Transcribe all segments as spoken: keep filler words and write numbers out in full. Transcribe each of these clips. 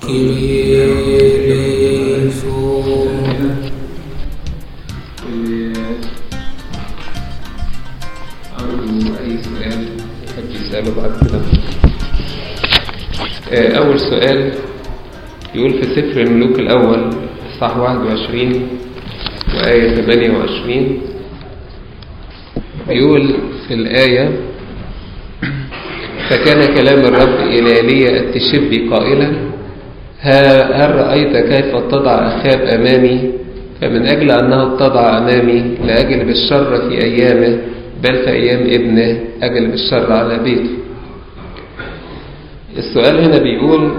أول سؤال يقول في سفر الملوك الأول صح واحد وعشرين وآية ثمانية وعشرين، يقول في الآية: فكان كلام الرب إلى إيليا التشبي قائلا: هل رأيت كيف اتضع أخاب أمامي؟ فمن أجل أنه اتضع أمامي لأجلب الشر في أيامه، بل في أيام ابنه أجلب الشر على بيته. السؤال هنا بيقول: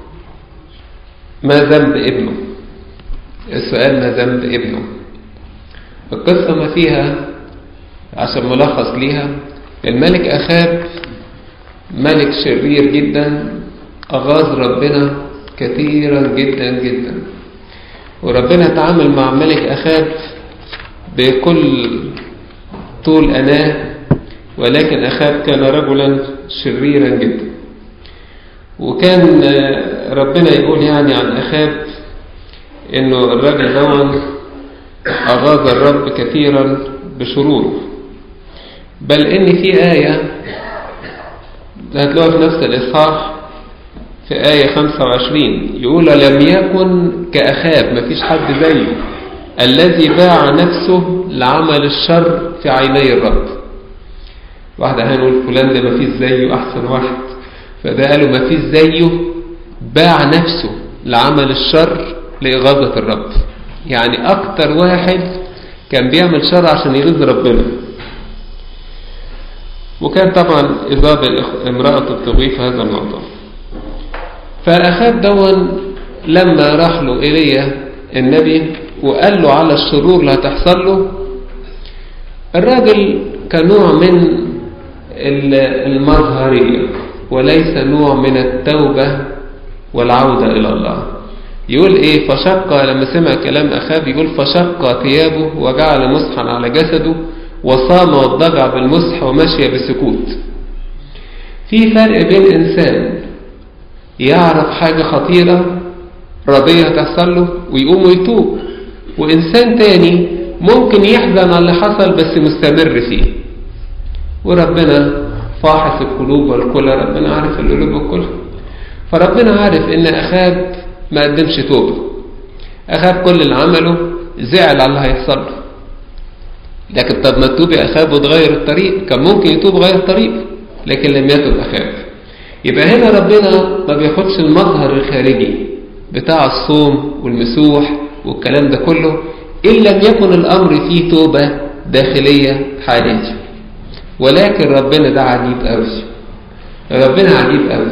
ما ذنب ابنه؟ السؤال ما ذنب ابنه؟ القصة ما فيها عشان ملخص ليها: الملك أخاب ملك شرير جدا، أغاظ ربنا كثيرا جدا جدا، وربنا تعامل مع ملك أخاب بكل طول أناه، ولكن أخاب كان رجلا شريرا جدا. وكان ربنا يقول يعني عن أخاب إنه الرجل دون أغاظ الرب كثيرا بشروره، بل إن في آية هتلاقوها في نفس الإصحاح في آية خمسة وعشرين يقول: لم يكن كأخاب، مفيش حد زيه، الذي باع نفسه لعمل الشر في عيني الرب. واحدة هنقول فلان ده مفيش زيه، أحسن واحد، فده قالوا مفيش زيه باع نفسه لعمل الشر لإغاظة الرب، يعني أكتر واحد كان بيعمل شر عشان يغيظ ربنا. وكان طبعا إذابل امرأة بتغويه في هذا الموضوع. فأخاب دون لما راح له إيليا النبي وقال له على الشرور اللي هتحصل له، الراجل كنوع من المظهرية وليس نوع من التوبة والعودة إلى الله. يقول إيه؟ فشق، لما سمع كلام أخاب يقول: فشق ثيابه وجعل مسحا على جسده وصام واضطجع بالمسح ومشي بسكوت. في فرق بين إنسان يعرف حاجة خطيرة رضية تحصل له ويقوم ويتوب، وإنسان تاني ممكن يحزن على اللي حصل بس مستمر فيه. وربنا فاحص القلوب والكلى، ربنا عارف القلوب والكلى. فربنا عارف إن أخاب ما قدمش توبة. أخاب كل اللي عمله زعل على اللي هيحصل له، لكن طب ما تتوب يا أخاب وتغير الطريق؟ كان ممكن يتوب غير الطريق، لكن لم يتوب أخاب. يبقى هنا ربنا ما بياخدش المظهر الخارجي بتاع الصوم والمسوح والكلام ده كله إن لم يكن الأمر فيه توبة داخلية حالية. ولكن ربنا ده عجيب قوي، ربنا عجيب قوي.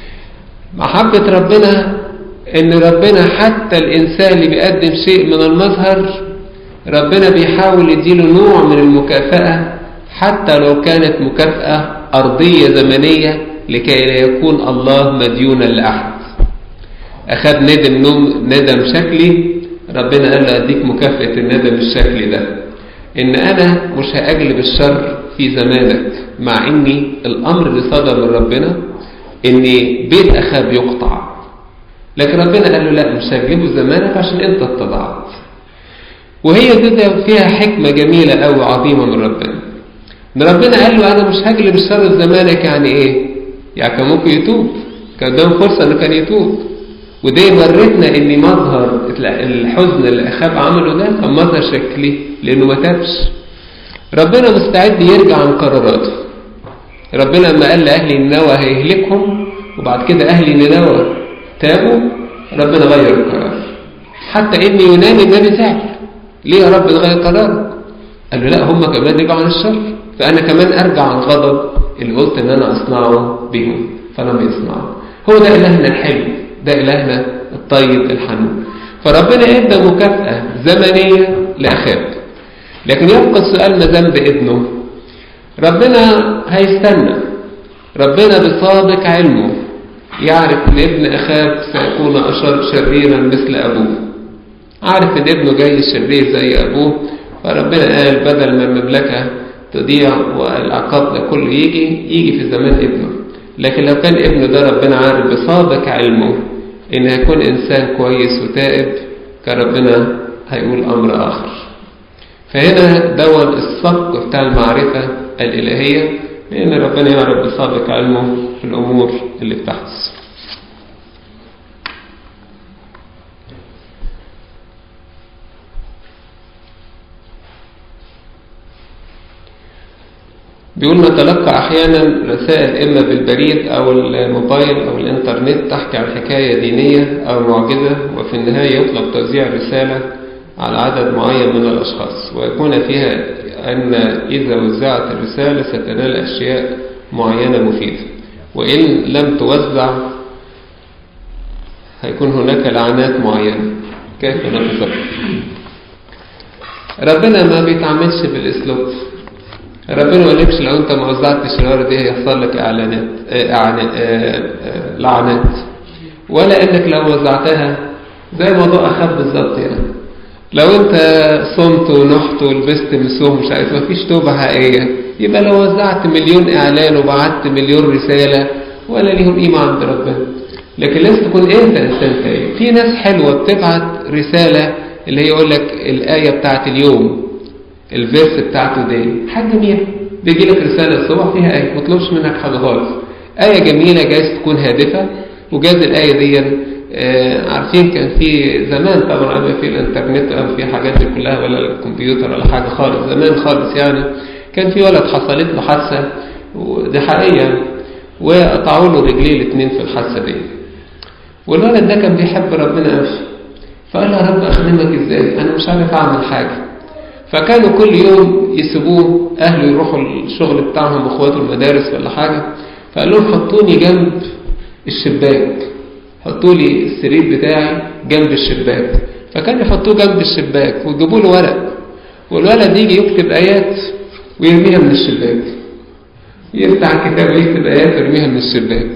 محبة ربنا إن ربنا حتى الإنسان اللي بيقدم شيء من المظهر ربنا بيحاول يديله نوع من المكافأة، حتى لو كانت مكافأة أرضية زمنية، لكي لا يكون الله مديونا لأحد. أخذ ندم ندم شكلي، ربنا قال له أديك مكافأة الندم الشكلي ده، إن أنا مش هأجلب الشر في زمانك، مع إني الأمر اللي صدر من ربنا إن بيت أخاب يقطع، لكن ربنا قال له لا، مش هجيبه زمانك عشان أنت اتضعت. وهي دي فيها حكمة جميلة أو عظيمة من ربنا، إن ربنا قال له أنا مش هجلب الشر زمانك. يعني إيه؟ يعني كان ممكن يتوب، كان قدام فرصة إنه كان يتوب. وده ورتنا إن مظهر الحزن اللي أخاب عمله ده كان مظهر شكلي، لأنه ما تابش. ربنا مستعد يرجع عن قراراته. ربنا لما قال لأهل نينوى هيهلكهم، وبعد كده أهل نينوى تابوا، ربنا غير القرار. حتى إن يونان النبي زعل، ليه يا رب تغير قرارك؟ قال له لا، هم كمان رجعوا عن الشر، فأنا كمان أرجع عن غضب اللي قلت إن أنا أصنعه بهم فلم يصنعه. هو ده إلهنا الحلو، ده إلهنا الطيب الحنون. فربنا ادى مكافأة زمنية لأخاب، لكن يبقى السؤال: ما ذنب ابنه؟ ربنا هيستنى. ربنا بسابق علمه يعرف ان ابن أخاب سيكون أشر شريرا مثل أبوه، عارف ان ابنه جاي شرير زي أبوه. فربنا قال بدل ما المملكة تضيع والعقاب ده كله يجي يجي في زمان ابنه. لكن لو كان ابنه ده ربنا عارف بسابق علمه إن هيكون إنسان كويس وتائب كان ربنا هيقول أمر آخر. فهنا دون السبق بتاع المعرفة الإلهية، لأن ربنا يعرف بسابق علمه في الأمور اللي بتحدث. بيقول نتلقى أحيانا رسائل إما بالبريد أو الموبايل أو الإنترنت تحكي عن حكاية دينية أو معجزة، وفي النهاية يطلب توزيع الرسالة على عدد معين من الأشخاص، ويكون فيها أن إذا وزعت الرسالة ستنال أشياء معينة مفيدة، وإن لم توزع هيكون هناك لعنات معينة. كيف نتصرف؟ ربنا ما بيتعاملش بالأسلوب. ربنا ما يقولكش لو انت ما وزعتش الورقه دي هيحصل لك اعلانات لعنات، ولا انك لو وزعتها زي موضوع اخاب بالظبط. يعني لو انت صمت ونحت ولبست مسوم مش عارف، ما فيش توبه حقيقيه، يبقى لو وزعت مليون اعلان وبعت مليون رساله ولا ليهم قيمه عند ربنا. لكن لازم تكون انت انسان تايب. في ناس حلوه بتبعت رساله اللي هي يقول لك الايه بتاعت اليوم، الفيرس بتاعته دي حاجة جميلة، بيجي لك رسالة الصبح فيها آية، ما تطلبش منك حاجة خالص، آية جميلة جايز تكون هادفة، وجايز الآية دي آه عارفين كان في زمان طبعا قبل في الانترنت قبل في حاجات دي كلها ولا الكمبيوتر ولا حاجة خالص، زمان خالص يعني كان في ولد حصلت له حادثة ودي حقيقة، وقطعوا له رجليه الاثنين في الحادثة دي، والولد ده كان بيحب ربنا قوي، فقال له يا رب أخدمك ازاي؟ أنا مش عارف أعمل حاجة. فكانوا كل يوم يسيبوه أهله يروحوا الشغل بتاعهم واخواته المدارس ولا حاجة، فقال لهم حطوني جنب الشباك، حطوا لي السرير بتاعي جنب الشباك. فكان يحطوه جنب الشباك ويجيبوا له ورق، والولد يجي يكتب آيات ويرميها من الشباك، يفتح الكتاب ويكتب آيات ويرميها من الشباك.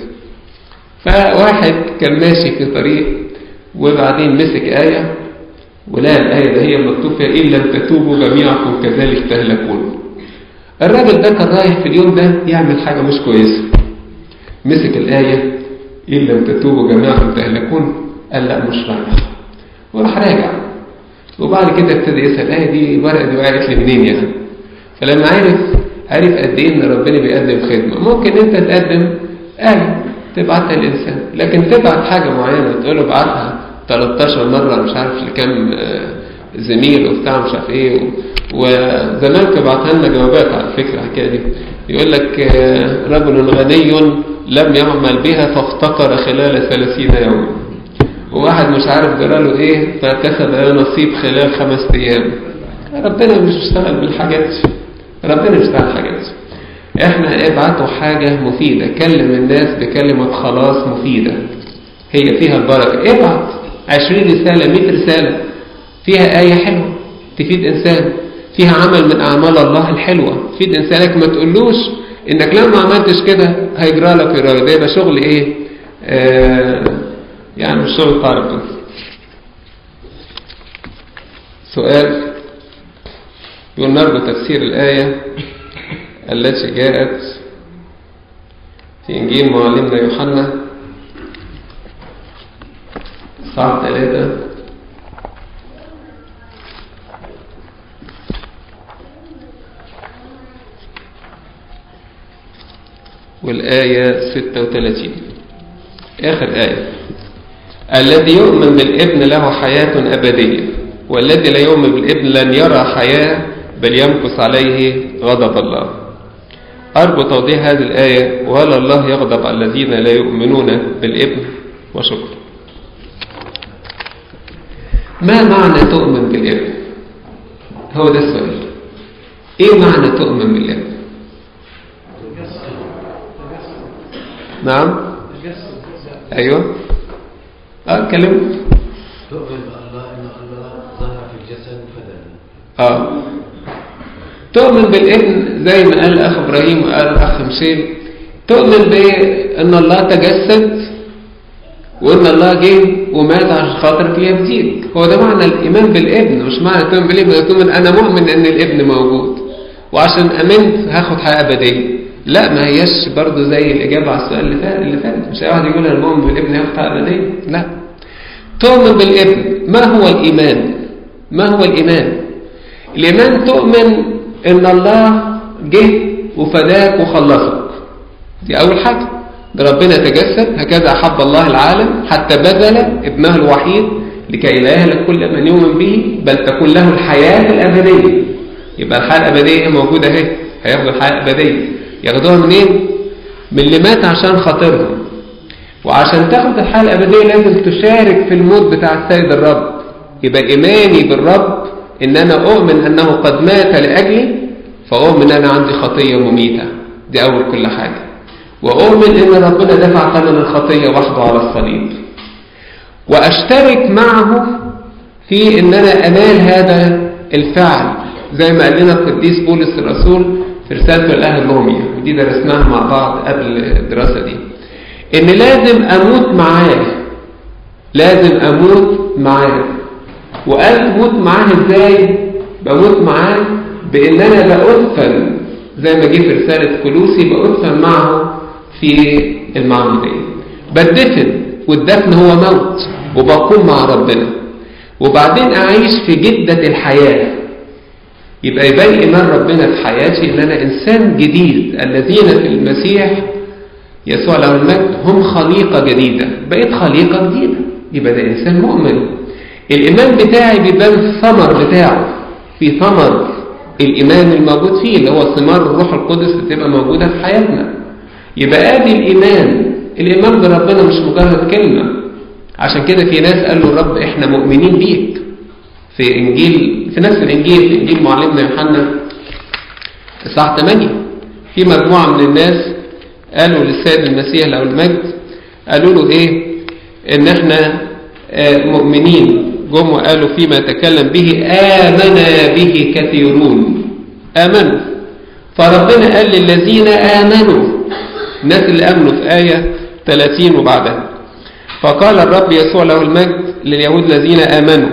فواحد كان ماشي في طريق وبعدين مسك آية ولا الآية ده هي مكتوب فيها إن لم تتوبوا جميعكم كذلك تهلكون. الراجل ده كان رايح في اليوم ده يعمل حاجة مش كويسة، مسك الآية إن لم تتوبوا جميعكم تهلكون، قال لا مش رايح، وراح راجع. وبعد كده ابتدى يسأل الآية دي الورقة دي وقعت لي منين يعني. فلما عرف عرف قد إيه إن ربنا بيقدم خدمة. ممكن أنت تقدم آية تبعتها الإنسان، لكن تبعت حاجة معينة تقول له ابعتها ثلاثة عشر مرة مش عارف لكم زميل وبتاع مش عارف ايه. وزمان كبعتها لنا جوابات على فكرة الحكاية دي، يقول لك رجل غني لم يعمل بها فافتقر خلال ثلاثين يوما، وواحد مش عارف جراله ايه فكسب نصيب خلال خمس ايام. ربنا مش بيشتغل بالحاجات، ربنا مش بيشتغل بالحاجات. احنا ابعتوا حاجة مفيدة، كلم الناس بكلمة خلاص مفيدة هي فيها البركة. ابعت عشرين رسالة مئة رسالة فيها آية حلوة تفيد إنسان، فيها عمل من أعمال الله الحلوة تفيد إنسانك. ما تقولوش إنك لما عملتش كده هيجرى لك يرى ده يبقى شغل إيه آه يعني مش شغل طارق. سؤال يقول نرجو تفسير الآية التي جاءت في إنجيل معلمنا يوحنا صعب ثلاثة والآية ستة وثلاثين آخر آية. الذي يؤمن بالابن له حياة أبدية، والذي لا يؤمن بالابن لن يرى حياة بل يمكث عليه غضب الله. أرجو توضيح هذه الآية، وهل الله يغضب على الذين لا يؤمنون بالابن؟ وشكرا. ما معنى تؤمن بالابن؟ هو ده السؤال. ايه معنى تؤمن بالابن؟ نعم ايوه اه كلمة تؤمن بالله ان الله ظهر في الجسد فدنا. اه تؤمن بالابن زي ما قال اخ ابراهيم وقال اخ مشيل، تؤمن بان الله تجسد وان الله جه ومات عشان خاطرك ليفديك. هو ده معنى الايمان بالابن، مش معنى تؤمن بالابن تؤمن انا مؤمن ان الابن موجود وعشان امنت هاخد حياه ابديه. لا، ما هيش برضو زي الاجابه على السؤال اللي فات اللي فات مش اي واحد يقول انا مؤمن بالابن هاخد حياه ابديه. لا، تؤمن بالابن. ما هو الإيمان؟ ما هو الإيمان؟ الإيمان تؤمن إن الله جه وفداك وخلصك. دي أول حاجة. ده ربنا تجسد، هكذا أحب الله العالم حتى بذل ابنه الوحيد لكي لا يهلك كل من يؤمن به بل تكون له الحياة الأبدية. يبقى الحياة الأبدية موجودة اهي، هياخدوا الحياة الأبدية. ياخدوها منين؟ من اللي مات عشان خاطرهم. وعشان تاخد الحياة الأبدية لازم تشارك في الموت بتاع السيد الرب. يبقى إيماني بالرب إن أنا أؤمن أنه قد مات لأجلي، فأؤمن أن أنا عندي خطية مميتة. دي أول كل حاجة. وأؤمن أن ربنا دفع ثمن الخطية وحده على الصليب، وأشترك معه في أن أنا أنال هذا الفعل زي ما قال لنا القديس بولس الرسول في رسالته لأهل روميا، ودي درسناها مع بعض قبل الدراسة دي، إن لازم أموت معاه. لازم أموت معاه. وقال أموت معاه إزاي؟ بموت معاه بإن أنا بأدفن زي ما جه في رسالة كولوسي، بأدفن معه في المعمودية. بدفن، والدفن هو موت، وبقوم مع ربنا، وبعدين أعيش في جدة الحياة. يبقى يبان إيمان ربنا في حياتي إن أنا إنسان جديد. الذين في المسيح يسوع له المجد هم خليقة جديدة. بقيت خليقة جديدة، يبقى ده إنسان مؤمن. الإيمان بتاعي بيبان الثمر بتاعه، في ثمر الإيمان الموجود فيه اللي هو ثمار الروح القدس بتبقى موجودة في حياتنا. يبقى آدي الإيمان. الإيمان بربنا مش مجرد كلمة. عشان كده في ناس قالوا الرب إحنا مؤمنين بيك. في إنجيل في نفس الإنجيل في إنجيل معلمنا يوحنا إصحاح ثمانية، في مجموعة من الناس قالوا للسيد المسيح له المجد، قالوا له إيه؟ إن إحنا مؤمنين. جم وقالوا فيما تكلم به آمن به كثيرون. آمنوا. فربنا قال للذين آمنوا، الناس اللي آمنوا في آية ثلاثين وبعدها، فقال الرب يسوع له المجد لليهود الذين آمنوا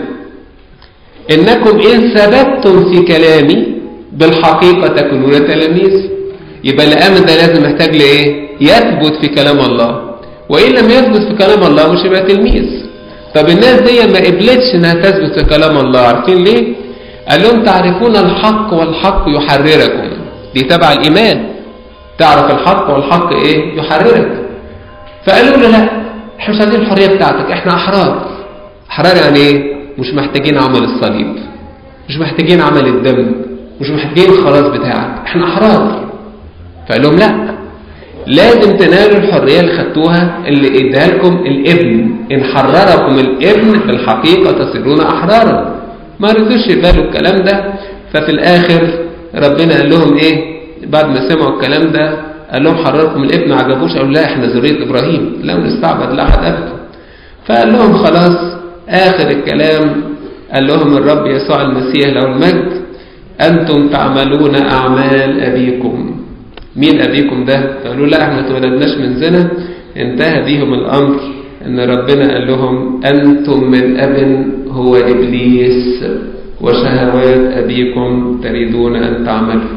إنكم إن ثبتتم في كلامي بالحقيقة تكونون تلاميذ. يبقى اللي آمن ده لازم محتاج لإيه؟ يثبت في كلام الله. وإن لم يثبت في كلام الله مش يبقى تلميذ. طب الناس دي ما قبلتش إنها تثبت في كلام الله. عارفين ليه؟ قال لهم تعرفون الحق والحق يحرركم. دي تبع الإيمان. تعرف الحق والحق إيه؟ يحررك. فقالوا له لا، احنا مش عايزين الحرية بتاعتك، احنا أحرار. أحرار يعني إيه؟ مش محتاجين عمل الصليب، مش محتاجين عمل الدم، مش محتاجين الخلاص بتاعك، احنا أحرار. فقال لهم لا، لازم تنالوا الحرية اللي خدتوها اللي اداها لكم الابن. إن حرركم الابن بالحقيقة تصيرون أحرارا. ما رضوش يقبلوا الكلام ده. ففي الآخر ربنا قال لهم إيه؟ بعد ما سمعوا الكلام ده قال لهم حرركم الابن. عجبوش، قالوا لا احنا ذرية إبراهيم، لا نستعبد لأحد أبدا. فقال لهم خلاص، آخر الكلام قال لهم الرب يسوع المسيح له المجد أنتم تعملون أعمال أبيكم. مين أبيكم ده؟ قالوا لا احنا تولدناش من زنا. انتهى بيهم الأمر أن ربنا قال لهم أنتم من أب هو إبليس وشهوات أبيكم تريدون أن تعملوا.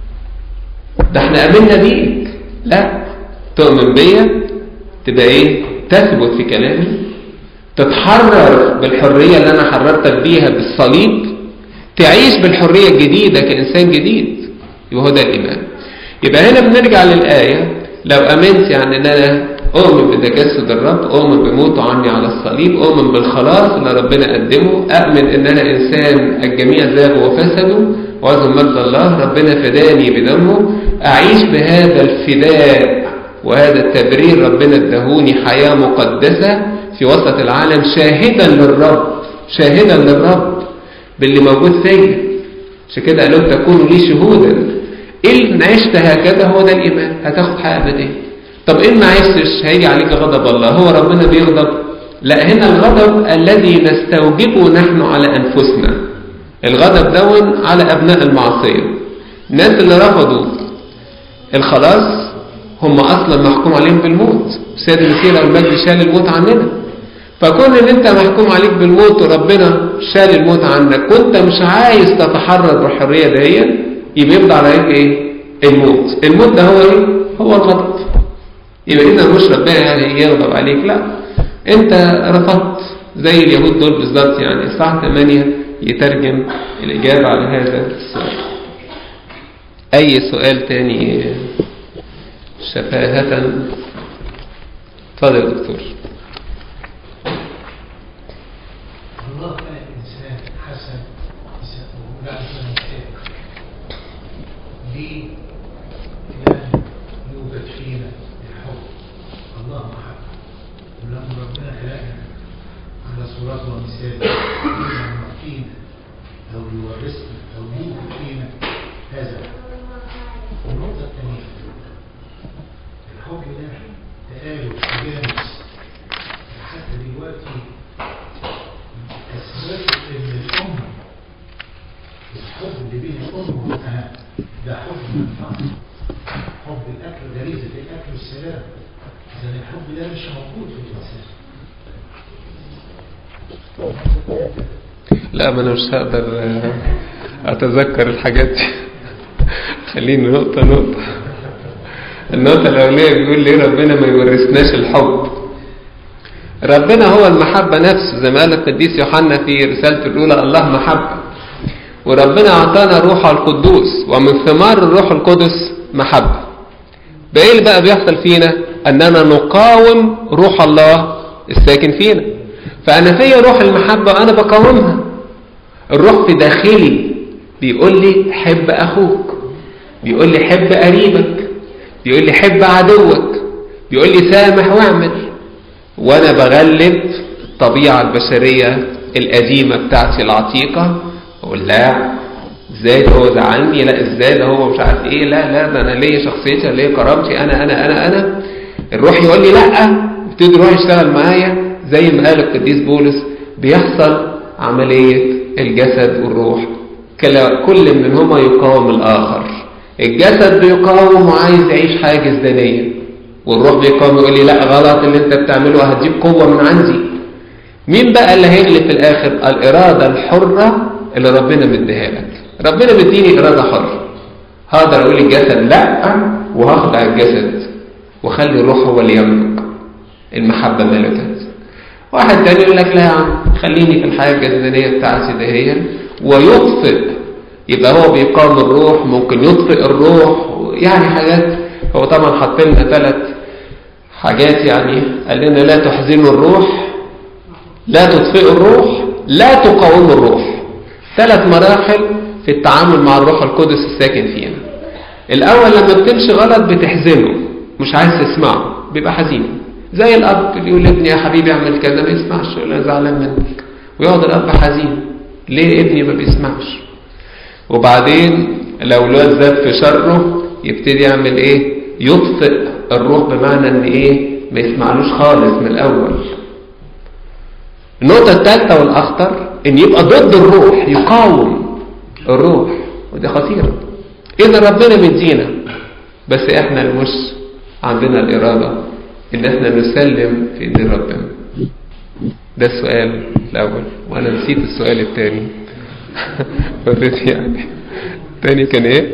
ده احنا أمنا بيك. لا، تؤمن بيا تبقى ايه؟ تثبت في كلامي، تتحرر بالحرية اللي أنا حررتك بيها بالصليب، تعيش بالحرية الجديدة كإنسان جديد. يبقى هو ده الإيمان. يبقى هنا بنرجع للآية، لو أمنت يعني أن أنا أؤمن بتجسد الرب، أؤمن بموته عني على الصليب، أؤمن بالخلاص اللي ربنا قدمه، أؤمن أن أنا إنسان الجميع ذابوا وفسدوا وعظم مجد الله، ربنا فداني بدمه، أعيش بهذا الفداء وهذا التبرير. ربنا ادهوني حياة مقدسة في وسط العالم، شاهدا للرب، شاهدا للرب باللي موجود فيا. عشان كده قالوا تكونوا لي شهودا. إن عشت هكذا هو ده الإيمان، هتاخد حياة أبدية. طب إن ما عشتش هيجي عليك غضب الله. هو ربنا بيغضب؟ لا، هنا الغضب الذي نستوجبه نحن على أنفسنا. الغضب دون على أبناء المعصية. الناس اللي رفضوا الخلاص هم أصلا محكوم عليهم بالموت. سيد المسيح له المجد شال الموت عننا. فكون ان انت محكوم عليك بالموت وربنا شال الموت عنك وانت مش عايز تتحرر بالحرية دهيا، يبقى يبدأ عليك ايه؟ الموت. الموت ده هو ايه؟ هو الغضب. يبقى اذا مش ربنا يعني يغضب عليك، لا، انت رفضت زي اليهود دول بالظبط. يعني إصحاح ثمانية يترجم الإجابة على هذا السؤال. أي سؤال تاني شفاهة؟ تفضل دكتور. الله خلق الإنسان حسن ولا إنسان كافر. ليه؟ لأن يوجد فينا الحب. الله محبة. ولما ربنا خلقنا على صورته ومثاله يعطينا أو يورثنا أو يوجد فينا هذا. النقطة الثانية الحب ده تآلف تجانس حتى دلوقتي أثبت إن الأم الحب اللي بين الأم وابنها ده حب منفعة، حب الأكل غريزة الأكل والسلام. إذا الحب ده مش موجود في الإنسان. لا ما أنا مش هقدر أتذكر الحاجات دي. خليني نقطة نقطة. النقطة الأولية بيقول ليه ربنا ما يورثناش الحب. ربنا هو المحبة نفسه، زي ما قال القديس يوحنا في رسالته الأولى الله محبة، وربنا أعطانا روح القدوس، ومن ثمار الروح القدس محبة. بإيه اللي بقى بيحصل فينا؟ أننا نقاوم روح الله الساكن فينا. فأنا فيا روح المحبة وأنا بقاومها. الروح في داخلي بيقول لي حب أخوك، بيقول لي حب قريبك، بيقول لي حب عدوك، بيقول لي سامح واعمل. وانا بغلب الطبيعة البشرية القديمة بتاعتي العتيقة، اقول لا ازاي ده هو زعلني، لا ازاي ده هو مش عارف ايه، لا لا ده انا ليا شخصيتي، ليا كرامتي، انا انا انا انا الروح يقول لي لا، ابتدي الروح يشتغل معايا. زي ما قال القديس بولس بيحصل عملية الجسد والروح، كل منهما يقاوم الآخر. الجسد بيقاوم وعايز يعيش حاجة جسدانية، والروح بيقاوم يقول لي لا غلط اللي انت بتعمله، هتجيب قوة من عندي. مين بقى اللي هيغلب في الآخر؟ الإرادة الحرة اللي ربنا مديها لك. ربنا مديني إرادة حرة، هقدر أقول الجسد لا وهخضع الجسد وخلي الروح هو اللي يملك. المحبة ملكت. واحد تاني يقول لك لا يا عم خليني في الحياة الجسدانية بتاعتي دهيا ويطفئ، يبقى هو بيقاوم الروح، ممكن يطفئ الروح، يعني حاجات. هو طبعا حط لنا ثلاث حاجات، يعني قال لنا لا تحزنوا الروح، لا تطفئوا الروح، لا تقاوموا الروح. ثلاث مراحل في التعامل مع الروح القدس الساكن فينا. الأول لما بتمشي غلط بتحزنه، مش عايز تسمعه، بيبقى حزين. زي الأب اللي يقول لابني يا حبيبي اعمل كذا، ما يسمعش، يقول أنا زعلان منك، ويقعد الأب حزين ليه ابني ما بيسمعش. وبعدين لو الواد زاد في شره يبتدي يعمل ايه؟ يطفئ الروح، بمعنى ان ايه؟ ما يسمعلوش خالص من الأول. النقطة الثالثة والأخطر ان يبقى ضد الروح، يقاوم الروح، ودي خطيرة. إذا ربنا مدينا، بس احنا اللي مش عندنا الإرادة ان احنا نسلم في ايدين ربنا. ده السؤال الأول، وأنا نسيت السؤال الثاني. وريت يعني الثاني كان ايه؟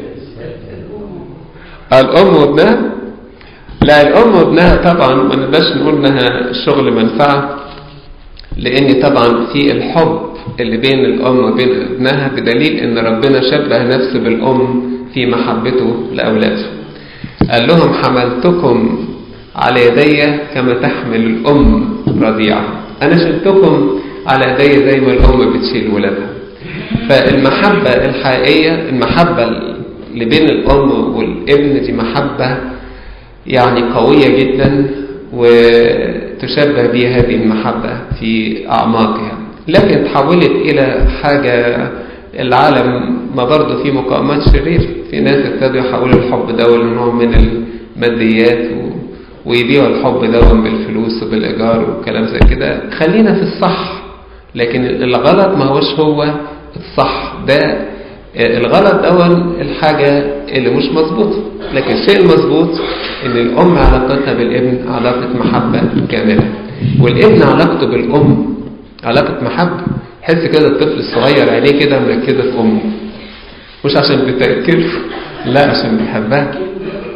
الأم وابنها. لا الأم وابنها طبعا ما نقدرش نقول انها شغل منفعة، لأن طبعا في الحب اللي بين الأم وبين ابنها، بدليل ان ربنا شبه نفسه بالأم في محبته لأولاده. قال لهم حملتكم على يدي كما تحمل الأم رضيعة. أنا شلتكم على يدي زي ما الأم بتشيل ولادها. فالمحبة الحقيقية، المحبة اللي بين الأم والابن دي محبة يعني قوية جدا، وتشبه بها هذه المحبة في أعماقها، لكن تحولت إلى حاجة العالم ما برضه في مقاومات شرير. في ناس ابتدوا يحولوا الحب ده لنوع من الماديات ويبيعوا الحب ده بالفلوس وبالإيجار وكلام زي كده. خلينا في الصح، لكن الغلط ما هوش هو الصح. ده الغلط ده الحاجة اللي مش مظبوطة، لكن الشيء المظبوط ان الأم علاقتها بالابن علاقة محبة كاملة، والابن علاقته بالأم علاقة محبة. حس كده الطفل الصغير عينيه كده مركزة في أمه، مش عشان بتأكله، لا عشان بيحبها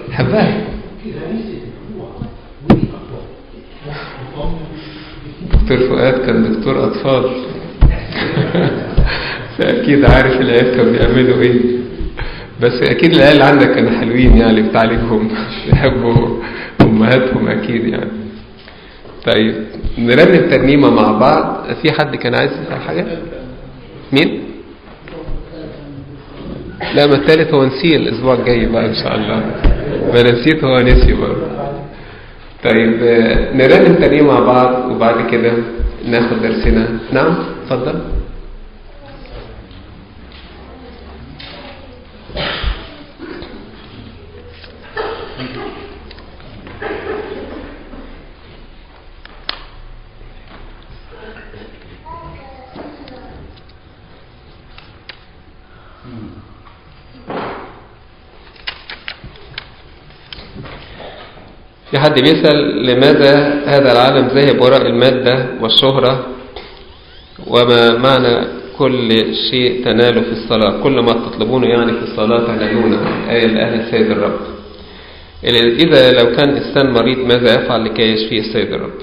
بيحبها دكتور فؤاد كان دكتور أطفال فأكيد عارف العيال كانوا بيعملوا إيه. بس أكيد العيال عندك كانوا حلوين يعني بتعالجهم بيحبوا أمهاتهم أكيد يعني. طيب نرنم ترنيمة مع بعض. في حد كان عايز يسأل حاجة؟ مين؟ لا ما التالت هو نسيه الأسبوع الجاي بقى إن شاء الله. ما نسيت هو نسي برضه. طيب نرنم ترنيمة مع بعض وبعد كده ناخد درسنا. نعم اتفضل. في حد بيسأل لماذا هذا العالم ذاهب وراء المادة والشهرة وما معنى كل شيء تناله في الصلاة، كل ما تطلبونه يعني في الصلاة تنالونه، آية الآية السيد الرب. إذا لو كان إنسان مريض ماذا يفعل لكي يشفيه السيد الرب؟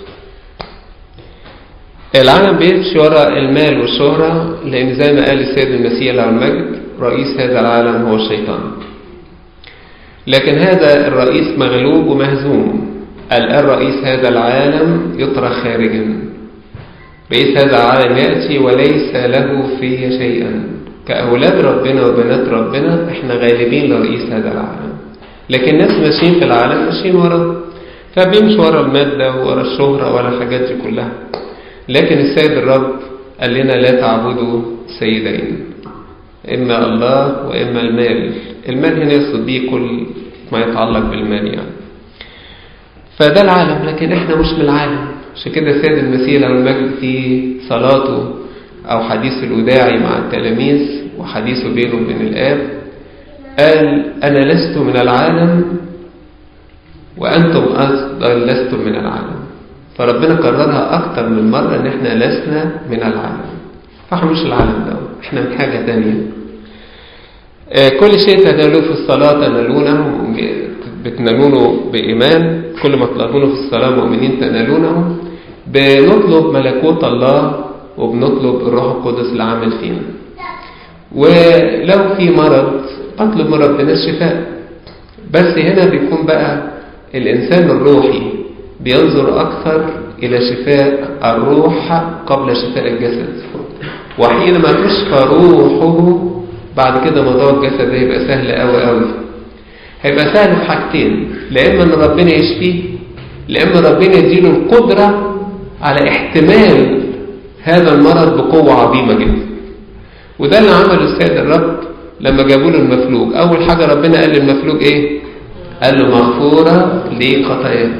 العالم بيمشي وراء المال والشهرة لأن زي ما قال السيد المسيح له المجد رئيس هذا العالم هو الشيطان. لكن هذا الرئيس مغلوب ومهزوم. الآن رئيس هذا العالم يطرح خارجا. رئيس هذا العالم يأتي وليس له فيه شيئا. كأولاد ربنا وبنات ربنا احنا غالبين لرئيس هذا العالم. لكن الناس ماشيين في العالم ماشيين ورا، فبيمشوا ورا المادة وورا الشهرة ورا الحاجات دي كلها. لكن السيد الرب قال لنا لا تعبدوا سيدين، إما الله وإما المال. المال هنا يقصد به كل ما يتعلق بالمال يعني. فده العالم، لكن احنا مش من العالم. عشان كده السيد المسيح له المجد في صلاته أو حديث الوداعي مع التلاميذ وحديثه بينه وبين الآب قال أنا لست من العالم وأنتم أيضا لستم من العالم. فربنا كررها أكتر من مرة إن احنا لسنا من العالم. فاحنا مش العالم ده، احنا من حاجة تانية. كل شيء تنالوه في الصلاة تنالونه، بتنالونه بإيمان. كل ما تطلبونه في الصلاة مؤمنين تنالونه. بنطلب ملكوت الله وبنطلب الروح القدس العامل فينا. ولو في مرض بطلب من ربنا الشفاء. بس هنا بيكون بقى الإنسان الروحي بينظر أكثر إلى شفاء الروح قبل شفاء الجسد. وحينما تشفى روحه بعد كده موضوع الجسد هيبقى سهل قوي قوي. هيبقى سهل في حاجتين، لا إما أن ربنا يشفيه، لا إما ربنا يديله القدرة على احتمال هذا المرض بقوة عظيمة جدا. وده اللي عمله السيد الرب لما جابوا له المفلوج. أول حاجة ربنا قال للمفلوج إيه؟ قال له مغفورة ليه خطاياك.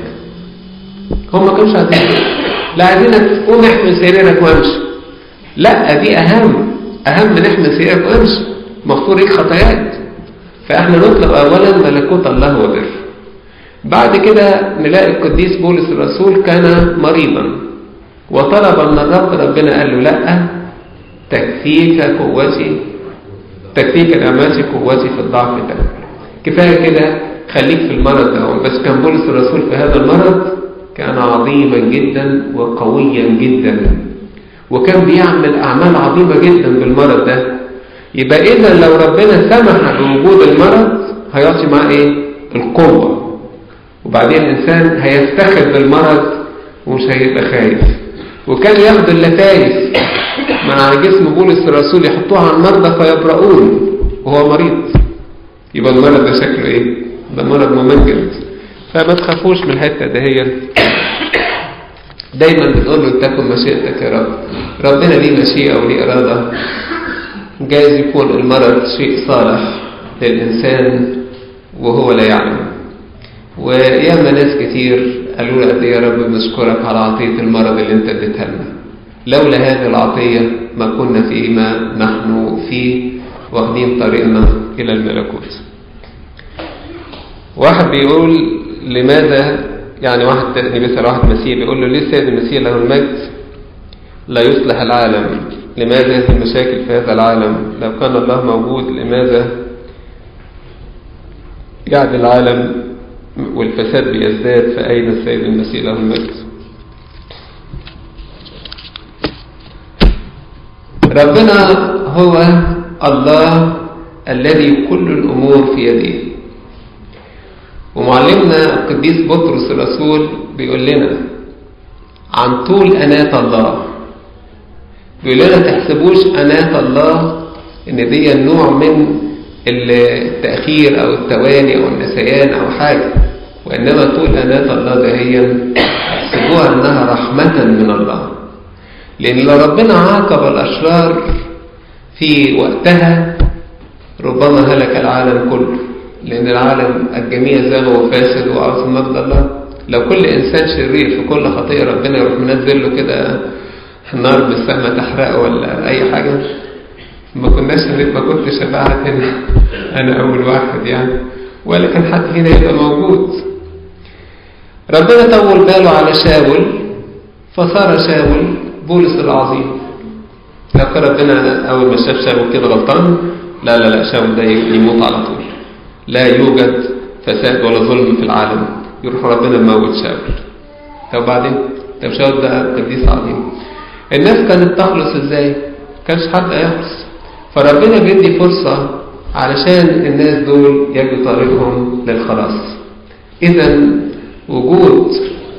هم ما كانوش عايزين، لا عايزينك تقوم احمل سريرك وامشي. لا دي أهم أهم من احمل سريرك وامشي، مغفور ليك خطاياك. فاحنا نطلب أولا ملكوت الله وبر. بعد كده نلاقي القديس بولس الرسول كان مريضا وطلب من الرب. ربنا قال له لا، تكفيك قوتي، تكفيك نعمتي قوتي في الضعف ده. كفاية كده، خليك في المرض ده. بس كان بولس الرسول في هذا المرض كان عظيما جدا وقويا جدا، وكان بيعمل أعمال عظيمة جدا بالمرض ده. يبقى إذا لو ربنا سمح بوجود المرض هيعطي معاه إيه؟ القوة. وبعدين الإنسان هيفتخر بالمرض ومش هيبقى خايف. وكان ياخد اللتايس مع جسم بولس الرسول يحطوها على المرضى فيبرؤون وهو مريض. يبقى المرض ده شكله إيه؟ ده مرض ممجد. فما تخافوش من الحتة دهيا. دايما بنقول له تكن مشيئتك يا رب. ربنا ليه مشيئة وليه إرادة. جايز يكون المرض شيء صالح للإنسان وهو لا يعلم. وياما ناس كتير قالوا له قد ايه يا رب بنشكرك على عطية المرض اللي انت اديتها لنا. لولا هذه العطية ما كنا فيما نحن فيه واخدين طريقنا إلى الملكوت. واحد بيقول لماذا، يعني واحد تاني بيسأل واحد مسيح بيقول له ليه السيد المسيح له المجد لا يصلح العالم؟ لماذا هذه المشاكل في هذا العالم؟ لو كان الله موجود لماذا يعد العالم والفساد بيزداد؟ فأين السيد المسيح له المجد؟ ربنا هو الله الذي كل الأمور في يده. ومعلمنا القديس بطرس الرسول بيقول لنا عن طول أناة الله، بيقول لنا تحسبوش أناة الله إن دي النوع من التأخير أو التواني أو النسيان أو حاجة، وإنما طول أناة الله ده هي تحسبوها أنها رحمة من الله. لأن لو ربنا عاقب الأشرار في وقتها ربما هلك العالم كله، لأن العالم الجميع زي ما هو فاسد وعاوز مجد الله. لو كل إنسان شرير في كل خطيئة ربنا يروح منزل له كده نار من السماء تحرقه ولا أي حاجة، ما كناش ما كنتش أبعت هنا أنا أول واحد يعني، ولا كان حد فينا يبقى موجود. ربنا طول باله على شاول فصار شاول بولس العظيم. لو كان ربنا أول ما شاف شاول كده غلطان، لا لا لا شاول ده يموت على طول، لا يوجد فساد ولا ظلم في العالم، يروح ربنا موت شاول. طب بعدين طب شاول ده قديس عظيم. الناس كانت تخلص ازاي؟ كانش حد هيخلص، فربنا بيدي فرصة علشان الناس دول يجوا طريقهم للخلاص. إذا وجود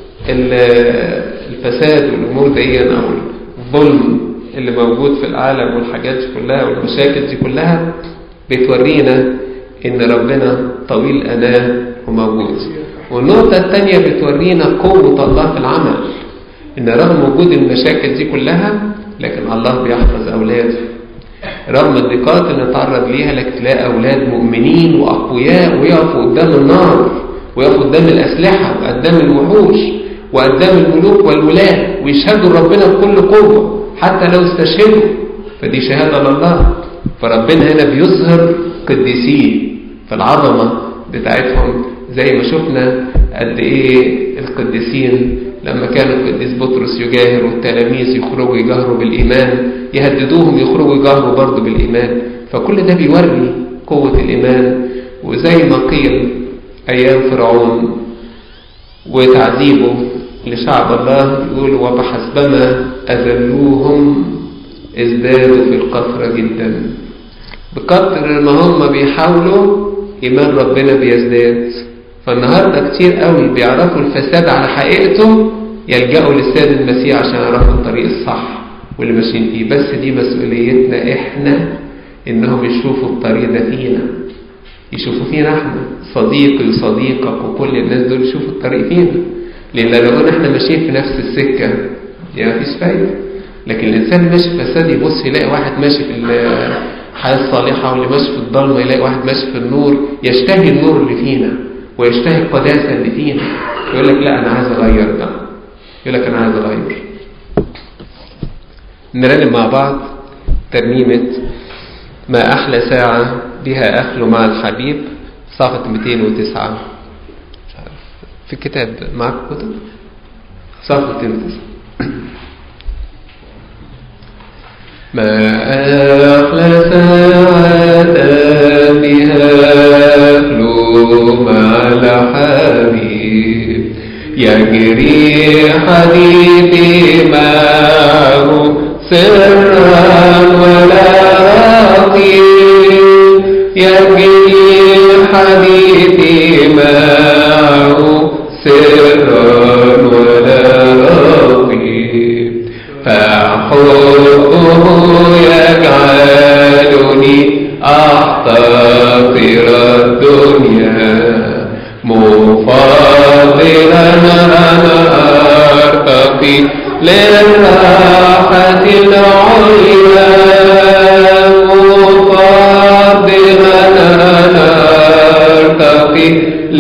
الفساد والأمور دي أو الظلم اللي موجود في العالم والحاجات دي كلها والمشاكل دي كلها بتورينا إن ربنا طويل أناه وموجود. والنقطة الثانية بتورينا قوة الله في العمل، إن رغم وجود المشاكل دي كلها لكن الله بيحفظ أولاده. رغم الضيقات اللي نتعرض ليها لكن تلاقي أولاد مؤمنين وأقوياء ويقفوا قدام النار ويقفوا قدام الأسلحة وقدام الوحوش وقدام الملوك والولاة ويشهدوا ربنا بكل قوة حتى لو استشهدوا، فدي شهادة لله. فربنا هنا بيظهر قديسين في العظمة بتاعتهم، زي ما شفنا قد إيه القديسين لما كان القديس بطرس يجاهر والتلاميذ يخرجوا يجاهروا بالإيمان، يهددوهم يخرجوا يجاهروا برضو بالإيمان. فكل ده بيوري قوة الإيمان. وزي ما قيل أيام فرعون وتعذيبه لشعب الله يقول وبحسبما أذلوهم ازدادوا في الكثرة جدا. بكتر ما هم بيحاولوا إيمان ربنا بيزداد. فالنهاردة كتير قوي بيعرفوا الفساد على حقيقته يلجأوا للسيد المسيح عشان يعرفوا الطريق الصح واللي ماشيين فيه. بس دي مسؤوليتنا احنا انهم يشوفوا الطريق ده فينا، يشوفوا فينا احنا صديقي صديقك وكل الناس دول يشوفوا الطريق فينا. لان لو قلنا احنا ماشيين في نفس السكة يعني مفيش فايدة. لكن الانسان ماشي في فساد يبص يلاقي واحد ماشي في الحياة الصالحة واللي ماشي في الضلمة يلاقي واحد ماشي في النور، يشتهي النور اللي فينا ويشتهي القداسة اللي فينا، يقول لك لا أنا عايز أغير ده، يقول لك أنا عايز أغير. نرنم مع بعض ترنيمة ما أحلى ساعة بها أخلو مع الحبيب صفحة مئتين وتسعة في الكتاب. معك كتب؟ صفحة مئتين وتسعة. ما أحلى ساعة بها أخلو مع الحبيب يجري حديثي معه سرا ولا رقيب، يجري حديثي معه سرا ولا رقيب، فحبه يجعلني أحتقر الدنيا مفاضلا أنا أرتقي للراحة العليا، مفاضلا أنا أرتقي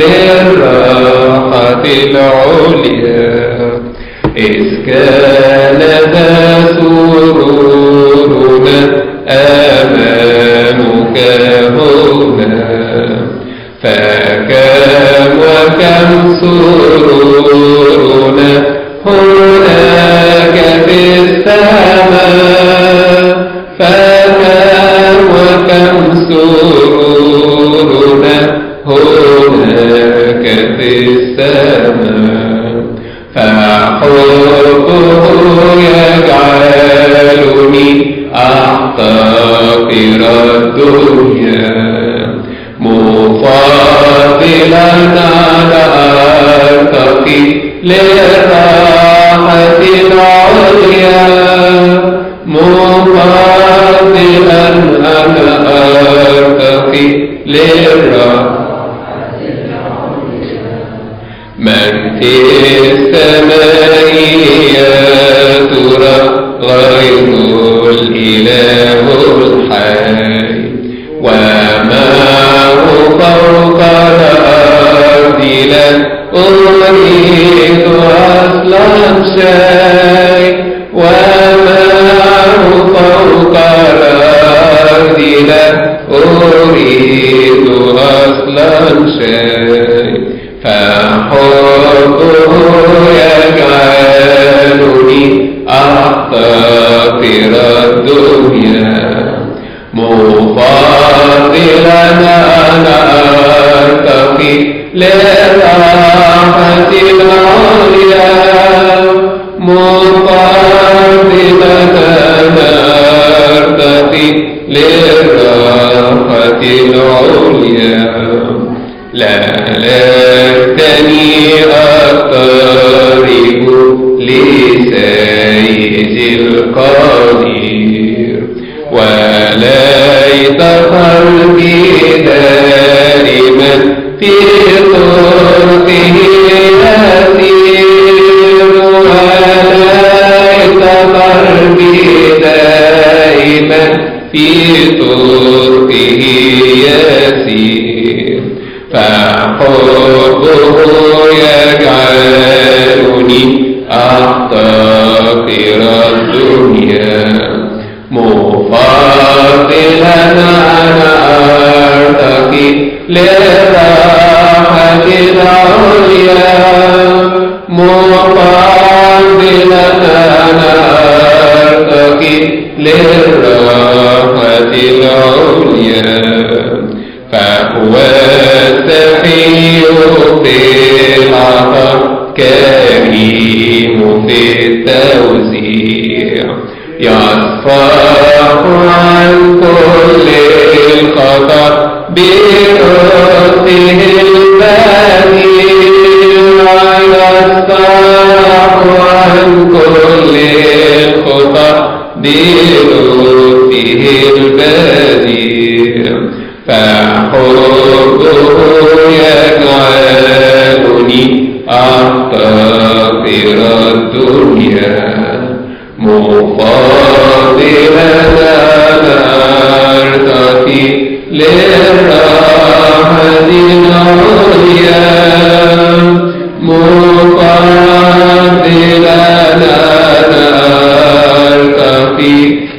للراحة العليا، إذ كان ذا سرورنا آمانك هنا، فكم وكم سرورنا هناك في السماء، فكم وكم سرورنا هناك في السماء، فحبه يجعلني الدنيا مفاضلا على أرتقي للراحة العليا مفاضلا على أرتقي للراحة العليا من في السماء يا ترى غير الإله الحي ومعه فوق الأرض لا أريد أصلا شيء ومعه فوق الأرض لا أريد أصلا شيء فحبه يجعلني أحتقر الدنيا مفاضلا أنا أرتقي للراحة العليا مفاضلا أنا أرتقي للراحة العليا لا ليتني أقترب لسيد القدير وليت قلبي دائما في طرقه يسير وليت قلبي دائما في طرقه يسير فحبه يجعلني أحتقر الدنيا مفاضلا أنا أرتقي للراحة العليا مفاضلا أنا أرتقي للراحة العليا فهو السحي في العطاء كريم في التوزيع يصفح عن كل الخطأ بلطفه البديع يصفح عن كل الخطأ بلطفه البديع فحبه يجعلني أحتقر الدنيا مفاضلا أنا أرتقي للراحة العليا مفاضلا أنا أرتقي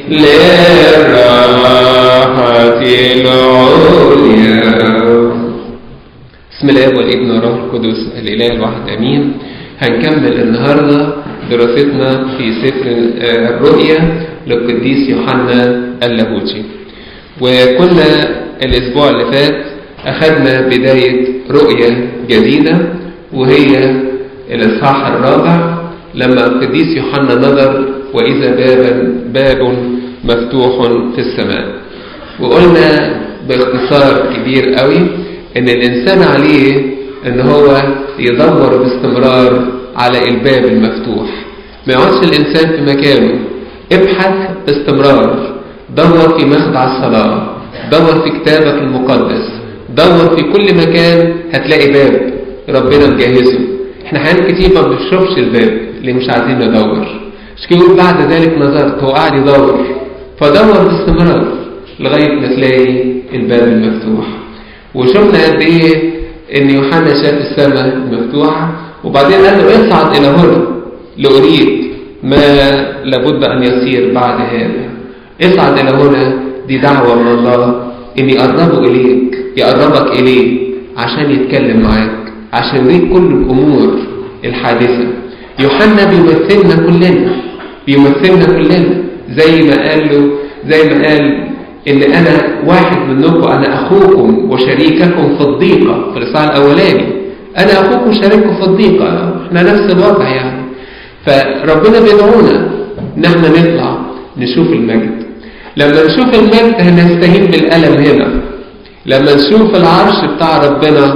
للراحة العليا. بسم الله والابن والروح القدس الإله الواحد آمين. هنكمل النهارده دراستنا في سفر الرؤيا للقديس يوحنا اللاهوتي، وكنا الأسبوع اللي فات أخذنا بداية رؤية جديدة وهي الإصحاح الرابع لما القديس يوحنا نظر وإذا باب باب مفتوح في السماء. وقلنا باختصار كبير قوي إن الإنسان عليه إن هو يدور باستمرار على الباب المفتوح، ما يقعدش الإنسان في مكانه، ابحث باستمرار، دور في مخدع الصلاة، دور في كتابك المقدس، دور في كل مكان هتلاقي باب ربنا مجهزه. احنا حيان كتير ما بنشوفش الباب اللي مش عايزين ندور، مش كده بعد ذلك نظرت هو قاعد يدور، فدور باستمرار لغاية ما تلاقي الباب المفتوح. وشفنا قد ايه ان يوحنا شاف السماء مفتوحة وبعدين قال له اصعد الى هنا لأريد ما لابد ان يصير بعد هذا. اصعد الى هنا دي دعوة من الله ان يقربه اليك، يقربك اليه عشان يتكلم معاك، عشان يريد كل الامور الحادثة. يوحنا بيمثلنا كلنا، بيمثلنا كلنا زي ما قال له، زي ما قال ان انا واحد منكم، انا اخوكم وشريككم في الضيقة في الاصحاح الاولاني، انا اخوكم وشريككم في الضيقة، احنا نفس الوضع يعني. فربنا بيدعونا ان احنا نطلع نشوف المجد. لما نشوف المجد هنستهين بالألم هنا. لما نشوف العرش بتاع ربنا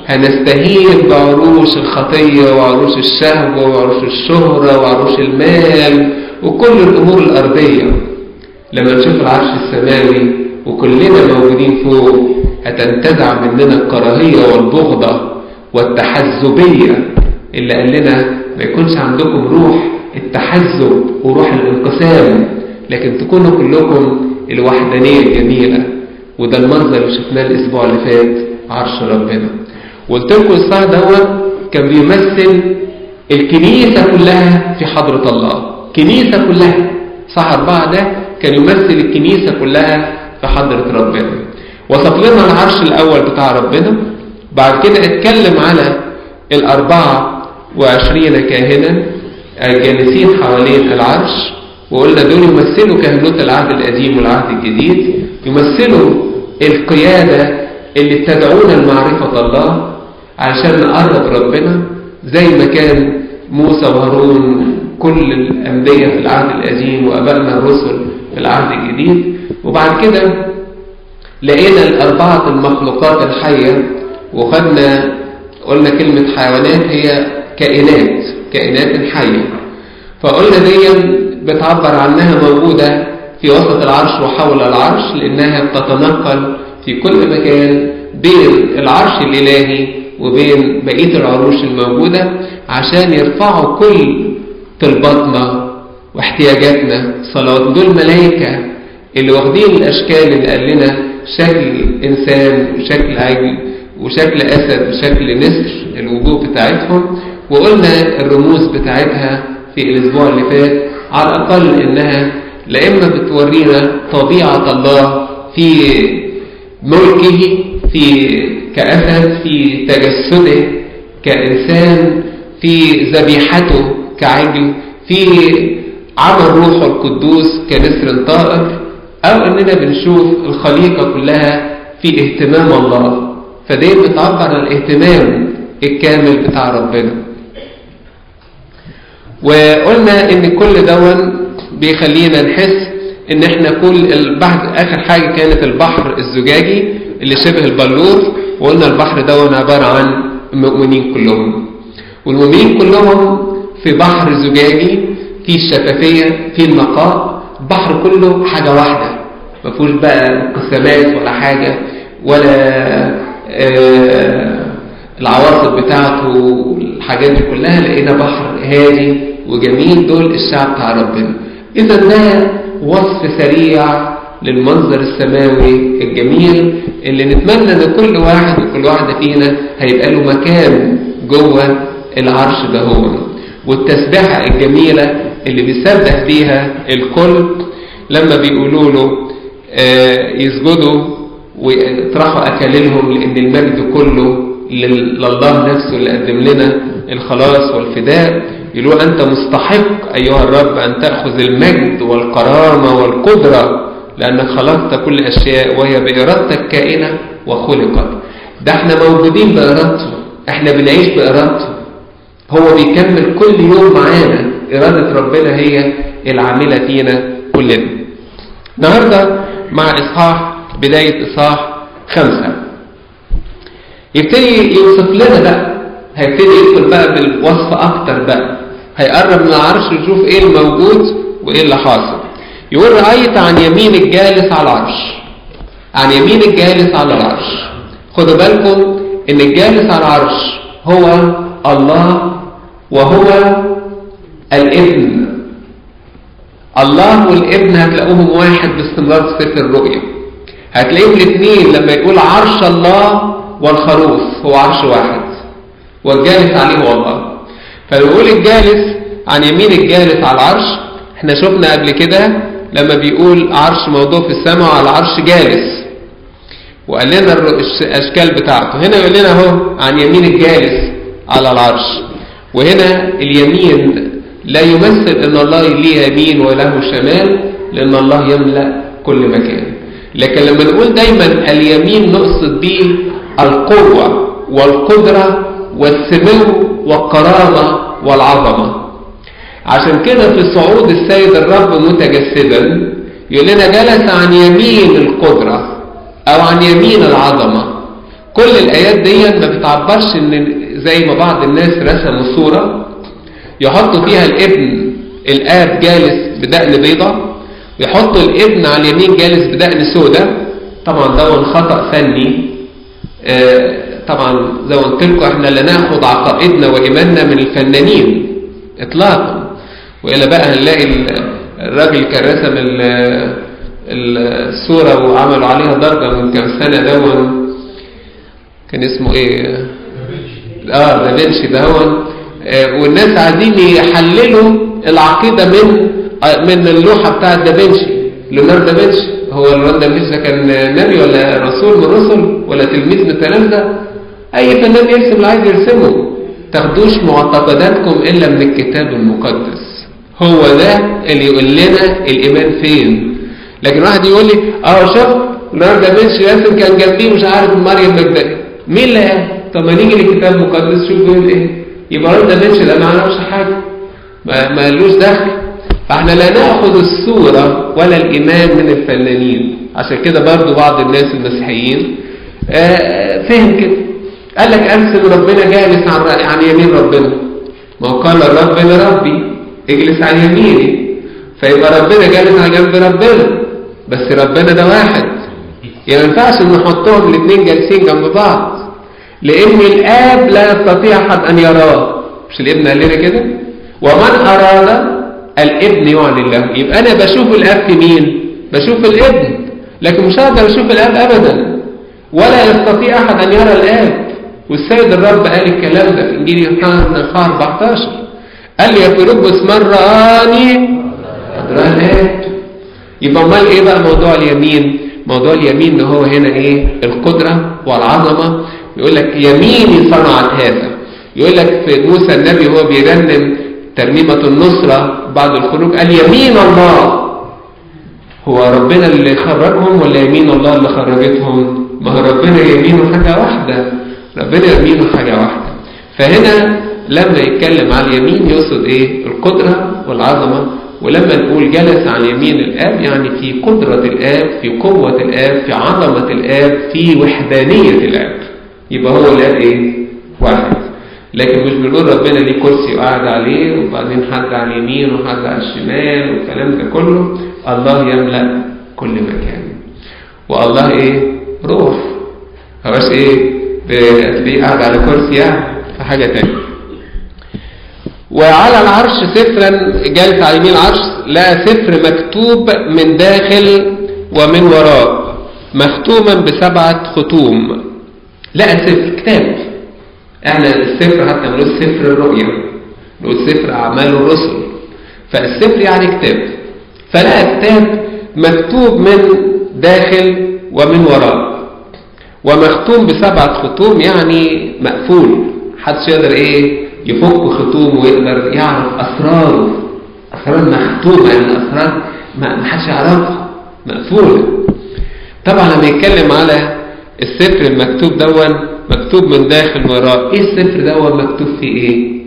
هنستهين بعروش الخطية وعروش الشهوة وعروش الشهرة وعروش المال وكل الأمور الأرضية. لما نشوف العرش السماوي وكلنا موجودين فوق هتنتزع مننا الكراهية والبغضة والتحزبية اللي قال لنا ما يكونش عندكم روح التحزب وروح الانقسام، لكن تكونوا كلكم الوحدانية الجميلة. وده المنظر اللي شفناه الأسبوع اللي فات عرش ربنا. وقلت لكم الصح دوت كان بيمثل الكنيسة كلها في حضرة الله. كنيسة كلها صح أربعة ده كان يمثل الكنيسة كلها في حضرة ربنا. وصف لنا العرش الأول بتاع ربنا، بعد كده اتكلم على الأربعة وعشرين كاهنا الجالسين حوالين العرش، وقلنا دول يمثلوا كهنوت العهد القديم والعهد الجديد، يمثلوا القيادة اللي تدعونا لمعرفة الله عشان نقرب ربنا زي ما كان موسى وهارون كل الأنبياء في العهد القديم وأبائنا الرسل في العهد الجديد. وبعد كده لقينا الأربعة المخلوقات الحية، وخدنا قلنا كلمة حيوانات هي كائنات كائنات حية، فقلنا دي بتعبر عنها موجودة في وسط العرش وحول العرش، لأنها بتتنقل في كل مكان بين العرش الإلهي وبين بقية العروش الموجودة عشان يرفعوا كل طلباتنا واحتياجاتنا صلوات. دول ملائكة اللي واخدين الأشكال اللي قال لنا شكل إنسان وشكل عجل وشكل أسد وشكل نسر الوجوه بتاعتهم، وقلنا الرموز بتاعتها في الأسبوع اللي فات على الأقل إنها لإما بتورينا طبيعة الله في ملكه في كأسد، في تجسده كإنسان، في ذبيحته كعجل، في عمل روحه القدوس كنسر طائر، أو إننا بنشوف الخليقة كلها في اهتمام الله. فدي بتعبر عن الاهتمام الكامل بتاع ربنا. وقلنا إن كل دون بيخلينا نحس إن إحنا كل البحر آخر حاجة كانت البحر الزجاجي اللي شبه البلور، وقلنا البحر دون عبارة عن المؤمنين كلهم، والمؤمنين كلهم في بحر زجاجي في الشفافية في النقاء. البحر كله حاجة واحدة ما فيهوش بقى انقسامات ولا حاجة ولا آه العواصف بتاعته والحاجات دي كلها. لقينا بحر هادي وجميل، دول الشعب بتاع ربنا. إذا ده وصف سريع للمنظر السماوي الجميل اللي نتمنى ان كل واحد وكل واحدة فينا هيبقى له مكان جوه العرش ده هو. والتسبيحة الجميلة اللي بيسبح بيها الكل لما بيقولوا له آه يسجدوا ويطرحوا أكاليلهم، لأن المجد كله لله نفسه اللي قدم لنا الخلاص والفداء. يقولوا أنت مستحق أيها الرب أن تأخذ المجد والكرامة والقدرة لأنك خلقت كل أشياء وهي بإرادتك كائنة وخلقت. ده احنا موجودين بإرادته، احنا بنعيش بإرادته، هو بيكمل كل يوم معانا. إرادة ربنا هي العاملة فينا كلنا. النهاردة مع إصحاح بداية إصحاح خمسة يبتدي يوصف لنا بقى، هيبتدي يدخل بقى بالوصف أكتر بقى، هيقرب من العرش ويشوف إيه الموجود وإيه اللي حاصل. يقول رأيت عن يمين الجالس على العرش. عن يمين الجالس على العرش، خدوا بالكم إن الجالس على العرش هو الله وهو الابن. الله والابن هتلاقوهم واحد باستمرار في سفر الرؤيا، هتلاقيهم الاثنين لما يقول عرش الله والخروف هو عرش واحد، والجالس عليه هو الله. فيقول الجالس عن يمين الجالس على العرش، احنا شفنا قبل كده لما بيقول عرش موضوع في السماء وعلى العرش جالس، وقال لنا الاشكال بتاعته. هنا يقول لنا اهو عن يمين الجالس على العرش، وهنا اليمين لا يمثل ان الله ليه يمين وله شمال، لان الله يملأ كل مكان. لكن لما نقول دايما اليمين نقصد به القوة والقدرة والسمو والكرامة والعظمة. عشان كده في صعود السيد الرب متجسدا يقول لنا جلس عن يمين القدرة او عن يمين العظمة. كل الايات دي ما بتعبرش ان زي ما بعض الناس رسموا صورة يحطوا فيها الابن الاب جالس بدقن بيضة، يحطوا الابن على اليمين جالس بدقن سودة. طبعا ده خطأ فني. آه طبعا زي ما قلت لكم احنا لا ناخد عقائدنا وايماننا من الفنانين اطلاقا، والا بقى هنلاقي الراجل كان رسم الصورة وعملوا عليها درجة من كام سنة دون، كان اسمه ايه؟ اه دافنشي دون. آه والناس عايزين يحللوا العقيدة من آه من اللوحة بتاعت دافنشي، ليوناردو دافنشي. هو ليوناردو دافنشي ده كان نبي ولا رسول من الرسل ولا تلميذ من التلامذة؟ اي فنان يرسم اللي عايز يرسمه. تاخدوش معتقداتكم الا من الكتاب المقدس، هو ده اللي يقول لنا الايمان فين. لكن واحد يقول لي اه شوف ليوناردو دافنشي راسم كان جنبيه مش عارف مريم مجدلي، مين اللي قال؟ طب ما نيجي للكتاب المقدس شوف بيقول ايه. يبقى ليوناردو دافنشي ده ما عملش حاجه، ما لوش دخل. فاحنا لا ناخد الصوره ولا الايمان من الفنانين. عشان كده برضو بعض الناس المسيحيين آه فهم كده، قال لك ارسم ربنا جالس عن عن يمين ربنا. ما هو قال الرب لربي اجلس عن يميني، فيبقى ربنا جالس على جنب ربنا، بس ربنا ده واحد. يعني ما ينفعش نحطهم الاثنين جالسين جنب بعض، لان الاب لا يستطيع احد ان يراه. مش الابن قال لنا كده؟ ومن اراد الابن يعلن له. يبقى انا بشوف الاب في مين؟ بشوف الابن، لكن مش هقدر اشوف الاب ابدا، ولا يستطيع احد ان يرى الاب. والسيد الرب قال الكلام ده في انجيل يوحنا أربعتاشر، قال لي يا فيلبس من رآني قد رأى الاب. يبقى امال ايه بقى موضوع اليمين؟ موضوع اليمين ان هو هنا ايه؟ القدرة والعظمة. يقول لك يميني صنعت هذا. يقول لك في موسى النبي هو بيرنم ترنيمة النصرة بعد الخروج قال يمين الله. هو ربنا اللي خرجهم ولا يمين الله اللي خرجتهم؟ ما هو ربنا يمينه حاجة واحدة، ربنا يمينه حاجة واحدة. فهنا لما يتكلم عن اليمين يقصد ايه؟ القدرة والعظمة. ولما نقول جلس عن يمين الآب يعني في قدرة الآب، في قوة الآب، في عظمة الآب، في وحدانية الآب. يبقى هو الآب ايه؟ واحد. لكن مش بنقول ربنا ليه كرسي وقاعد عليه وبعدين حد على اليمين وحد على الشمال والكلام ده كله. الله يملأ كل مكان. والله ايه؟ روح. هواش ايه؟ تلاقيه قاعد على كرسي يعني في حاجة تانية. وعلى العرش سفرا جالس على يمين العرش لا سفر مكتوب من داخل ومن وراء مختوما بسبعة ختوم. لا سفر كتاب. احنا السفر حتى بنقول سفر الرؤيا، نقول سفر اعمال الرسل. فالسفر يعني كتاب. فلا كتاب مكتوب من داخل ومن وراء ومختوم بسبعة ختوم يعني مقفول، محدش يقدر ايه يفك ختوم ويقدر يعرف اسراره. اسرار مختومه يعني اسرار ما حدش يعرفها، مقفوله. طبعا لما يتكلم على السفر المكتوب دون مكتوب من داخل وراء، ايه السفر دون مكتوب فيه ايه؟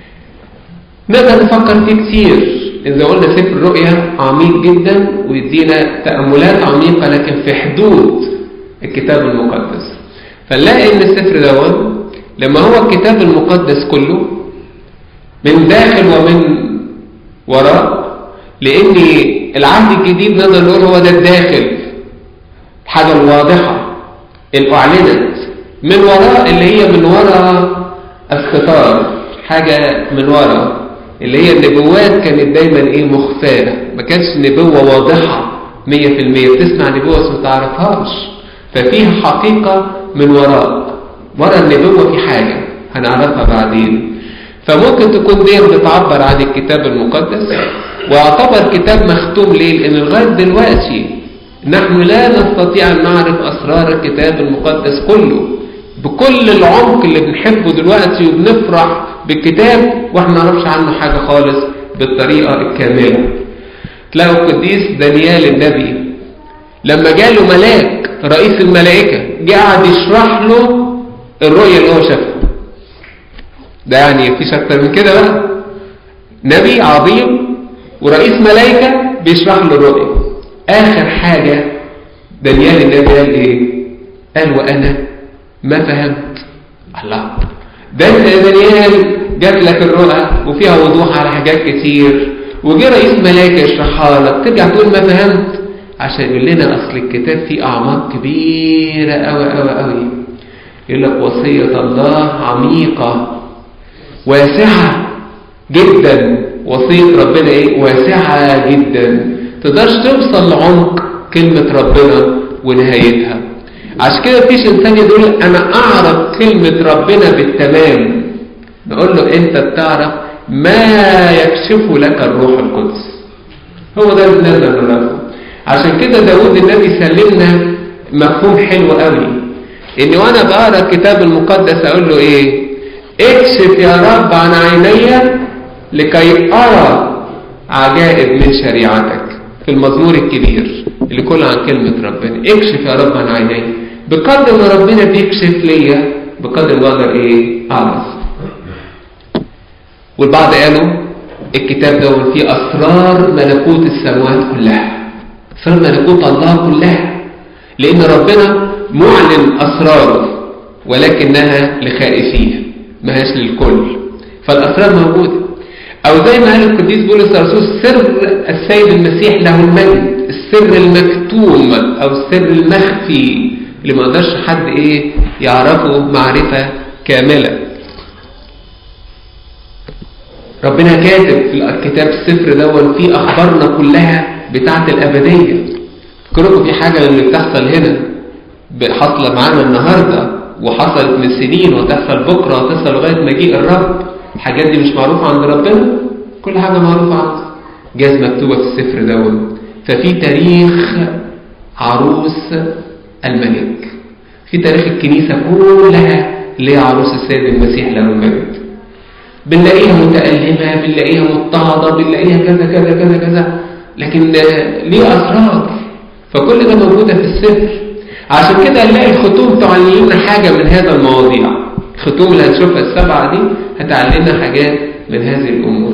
نقدر نفكر فيه كتير. إذا قلنا سفر الرؤيا عميق جدا ويدينا تأملات عميقة لكن في حدود الكتاب المقدس. فنلاقي ان السفر دون لما هو الكتاب المقدس كله من داخل ومن وراء، لان العهد الجديد نقدر نقول هو ده الداخل، الحاجة الواضحة اللي اعلنت. من وراء اللي هي من وراء الستار، حاجة من وراء اللي هي النبوات كانت دايما ايه مخفاة، ما كانش نبوة واضحة مية في المية. بتسمع نبوة بس ما تعرفهاش، ففيها حقيقة من وراء وراء النبوة في حاجة هنعرفها بعدين. فممكن تكون دي بتعبر عن الكتاب المقدس واعتبر كتاب مختوم. ليه؟ لان لغاية دلوقتي نحن لا نستطيع ان نعرف اسرار الكتاب المقدس كله بكل العمق اللي بنحبه دلوقتي، وبنفرح بالكتاب واحنا ما نعرفش عنه حاجة خالص بالطريقة الكاملة. تلاقوا القديس دانيال النبي لما جاله ملاك رئيس الملائكة جه قاعد يشرح له الرؤية اللي هو شافها. ده يعني مفيش اكتر من كده بقى، نبي عظيم ورئيس ملائكة بيشرح له الرؤية. آخر حاجة دانيال النبي قال إيه؟ قال وأنا ما فهمت. الله، ده دانيال جاب لك الرؤى وفيها وضوح على حاجات كتير، وجي رئيس ملاك يشرحها لك، ترجع تقول ما فهمت؟ عشان يقول لنا أصل الكتاب فيه أعماق كبيرة أوي أوي أوي. يقول لك وصية الله عميقة واسعة جدا. وصية ربنا إيه؟ واسعة جدا، تقدرش توصل لعمق كلمة ربنا ونهايتها. عشان كده مفيش إنسان يقول أنا أعرف كلمة ربنا بالتمام. نقول له أنت بتعرف ما يكشفه لك الروح القدس. هو ده اللي نقدر نعرفه. عشان كده داود النبي سلمنا مفهوم حلو قوي، إن وأنا بقرأ الكتاب المقدس أقول له إيه؟ اكشف يا رب عن عيني لكي أرى عجائب من شريعتك. في المزمور الكبير اللي كله عن كلمة ربنا، اكشف يا رب عن عيني. بقدر ما ربنا بيكشف ليا بقدر ما اقدر ايه؟ اعرف. والبعض قالوا الكتاب ده فيه اسرار ملكوت السماوات كلها، اسرار ملكوت الله كلها، لان ربنا معلن اسراره ولكنها لخائفيه، ما هيش للكل، فالاسرار موجوده. او زي ما قال القديس بولس الرسول سر السيد المسيح له المجد، السر المكتوم او السر المخفي اللي ما قدرش حد ايه يعرفه معرفة كاملة. ربنا كاتب في الكتاب السفر ده فيه اخبارنا كلها بتاعة الابدية. فكركم في حاجة اللي بتحصل هنا حصل معانا النهاردة وحصلت من سنين وتحصل بكرة وتصل لغاية مجيء الرب. الحاجات دي مش معروفة عند ربنا، كل حاجة معروفة عنده، جاز مكتوبة في السفر ده. ففي تاريخ عروس الملك، في تاريخ الكنيسة كلها اللي هي عروس السيد المسيح له المجد. بنلاقيها متألمة، بنلاقيها مضطهدة، بنلاقيها كذا كذا كذا كذا، لكن ليه أسرار. فكل ده موجودة في السفر. عشان كده نلاقي الختوم تعلم لنا حاجة من هذا المواضيع. الختوم اللي هنشوفها السبعة دي هتعلمنا حاجات من هذه الأمور.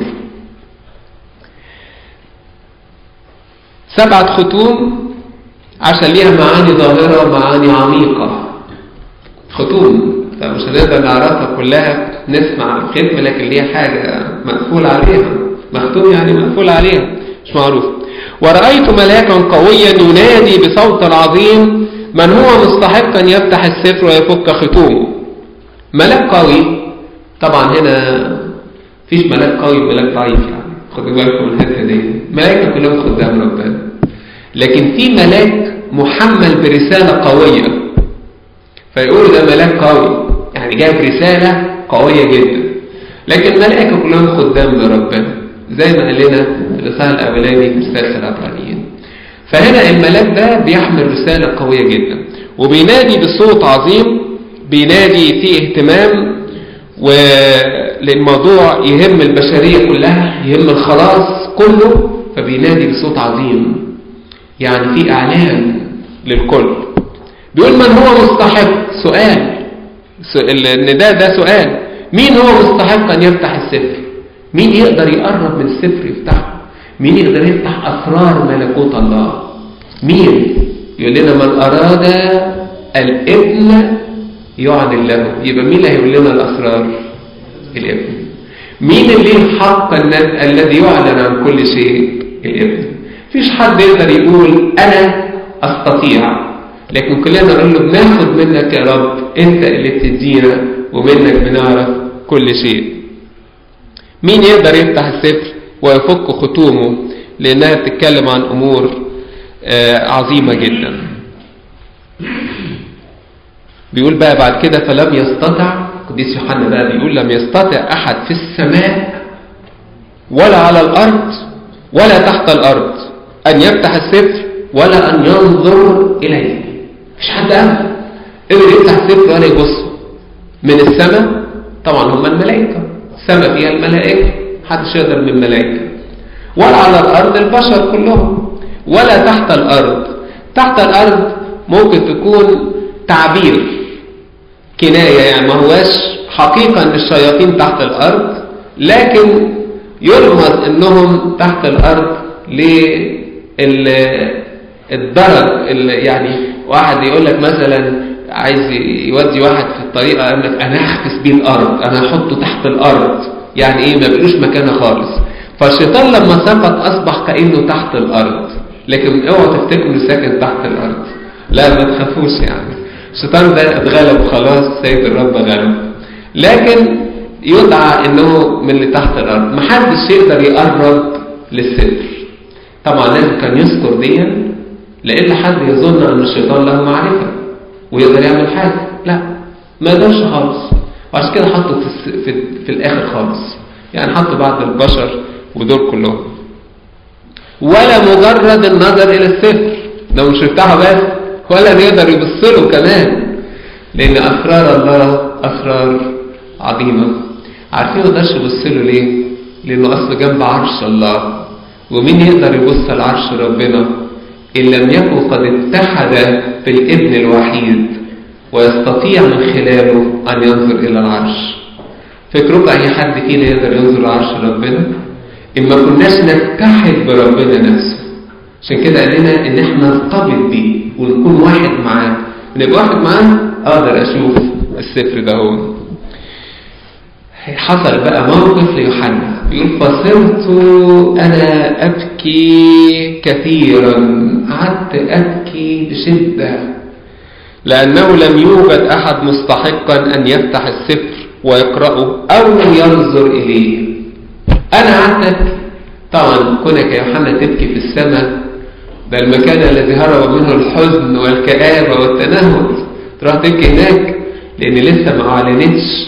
سبعة ختوم عشان ليها معاني ظاهرة ومعاني عميقة. ختوم فمش هنقدر نعرفها كلها، نسمع الختم لكن ليها حاجة مقفول عليها. مختوم يعني مقفول عليها، مش معروف. ورأيت ملاكا قويا ينادي بصوت عظيم من هو مستحق أن يفتح السفر ويفك ختومه. ملاك قوي، طبعا هنا فيش ملاك قوي وملاك ضعيف، يعني خدوا بالكم من الحته دي. ملائكه كلهم خدام ربنا، لكن في ملاك محمل برساله قويه، فيقولوا ده ملاك قوي يعني جاب رساله قويه جدا. لكن الملائكه كلهم خدام لربنا زي ما قال لنا الرساله الاولاني في رساله العبرانيين. فهنا الملاك ده بيحمل رساله قويه جدا وبينادي بصوت عظيم، بينادي فيه اهتمام وللموضوع يهم البشرية كلها، يهم الخلاص كله، فبينادي بصوت عظيم يعني في اعلان للكل. بيقول من هو مستحق، سؤال، النداء ده سؤال، مين هو مستحق ان يفتح السفر؟ مين يقدر يقرب من السفر يفتحه؟ مين يقدر يفتح اسرار ملكوت الله؟ مين؟ يقول لنا من اراد الابن يعلن له. يبقى مين اللي هيقول لنا الاسرار؟ الابن. مين اللي له حق الذي يعلن عن كل شيء؟ الابن. مفيش حد يقدر يقول انا استطيع، لكن كلنا نقول له بناخد منك يا رب، انت اللي بتدينا ومنك بنعرف كل شيء. مين يقدر يفتح السفر ويفك ختومه؟ لانها بتتكلم عن امور عظيمه جدا. بيقول بقى بعد كده فلم يستطع، قديس يوحنا بقى بيقول لم يستطع أحد في السماء ولا على الأرض ولا تحت الأرض أن يفتح السفر ولا أن ينظر إليه. مفيش حد أبدا قدر يفتح السفر ولا يبص. من السماء طبعا هم الملائكة، السماء فيها الملائكة، محدش يقدر من الملائكة. ولا على الأرض البشر كلهم، ولا تحت الأرض. تحت الأرض ممكن تكون تعبير كناية، يعني ما هواش حقيقة ان الشياطين تحت الارض، لكن يرمز انهم تحت الارض الدرج اللي يعني واحد يقول لك مثلا عايز يودي واحد في الطريقة، يقول لك انا هخفس بيه الارض، انا هحطه تحت الارض، يعني ايه ما بقلوش مكانه خالص. فالشيطان لما سقط اصبح كأنه تحت الارض، لكن اوعوا تفتكروا انه ساكن تحت الارض، لا ما تخافوش يعني، الشيطان ده اتغلب خلاص، سيد الرب غلب. لكن يدعى انه من اللي تحت الارض، محدش يقدر يقرب للستر. طبعا لازم كان يذكر ديا، لان حد يظن ان الشيطان له معرفة ويقدر يعمل حاجة، لا ما يقدرش خالص. وعشان كده حطه في, في, في الاخر خالص، يعني حطه بعد البشر ودول كلهم. ولا مجرد النظر الى السفر، لو مش يفتحه بس ولا يقدر يبصله كمان، لان اسرار الله اسرار عظيمة. عارفين ما يقدرش يبصله ليه؟ لانه اصل جنب عرش الله، ومين يقدر يبص لعرش ربنا ان لم يكن قد اتحد في الابن الوحيد ويستطيع من خلاله ان ينظر الى العرش. فكروا اي حد فينا يقدر ينظر لعرش ربنا ان ما كناش نتحد بربنا نفسه. عشان كده قال لنا ان احنا نرتبط بيه ونكون واحد معاه، نبقى واحد معاه اقدر اشوف السفر ده. هو حصل بقى موقف ليوحنا، بيقول فصرت انا ابكي كثيرا، قعدت ابكي بشده، لانه لم يوجد احد مستحقا ان يفتح السفر ويقرأه او ينظر اليه. انا قعدت ابكي. طبعا كونك يا يوحنا تبكي في السماء، ده المكان الذي هرب منه الحزن والكآبة والتنهد، تروح تبكي هناك لان لسه ما اعلنتش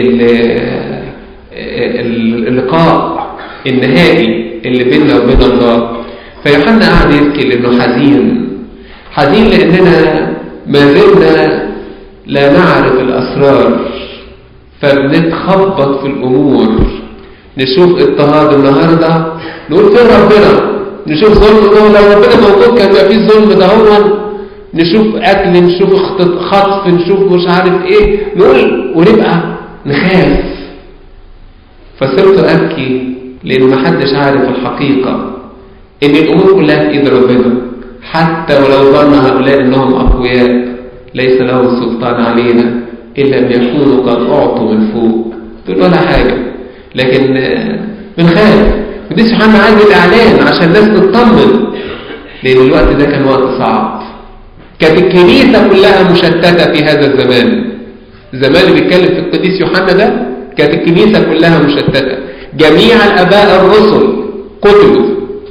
اللقاء النهائي اللي بيننا وبين الله. فيوحنا قاعد يبكي لانه حزين، حزين لاننا ما زلنا لا نعرف الاسرار، فبنتخبط في الامور. نشوف اضطهاد النهارده نقول فين ربنا، نشوف ظلم لو ربنا موجود كان يبقى فيه ظلم ده، هو نشوف قتل، نشوف خطف، نشوف مش عارف ايه، نقول ونبقى نخاف. فصرت ابكي لان ما حدش عارف الحقيقه ان الامور كلها في ايد ربنا، حتى ولو ظن هؤلاء انهم اقوياء ليس لهم سلطان علينا الا ان يكونوا قد اعطوا من فوق. تقول ولا حاجه، لكن بنخاف. ودي سبحانه عايز الاعلان عشان الناس تطمن، لان الوقت ده كان وقت صعب. كانت الكنيسه كلها مشتته في هذا الزمان. الزمان اللي بيتكلم في القديس يوحنا ده كانت الكنيسه كلها مشتته، جميع الاباء الرسل قتلوا.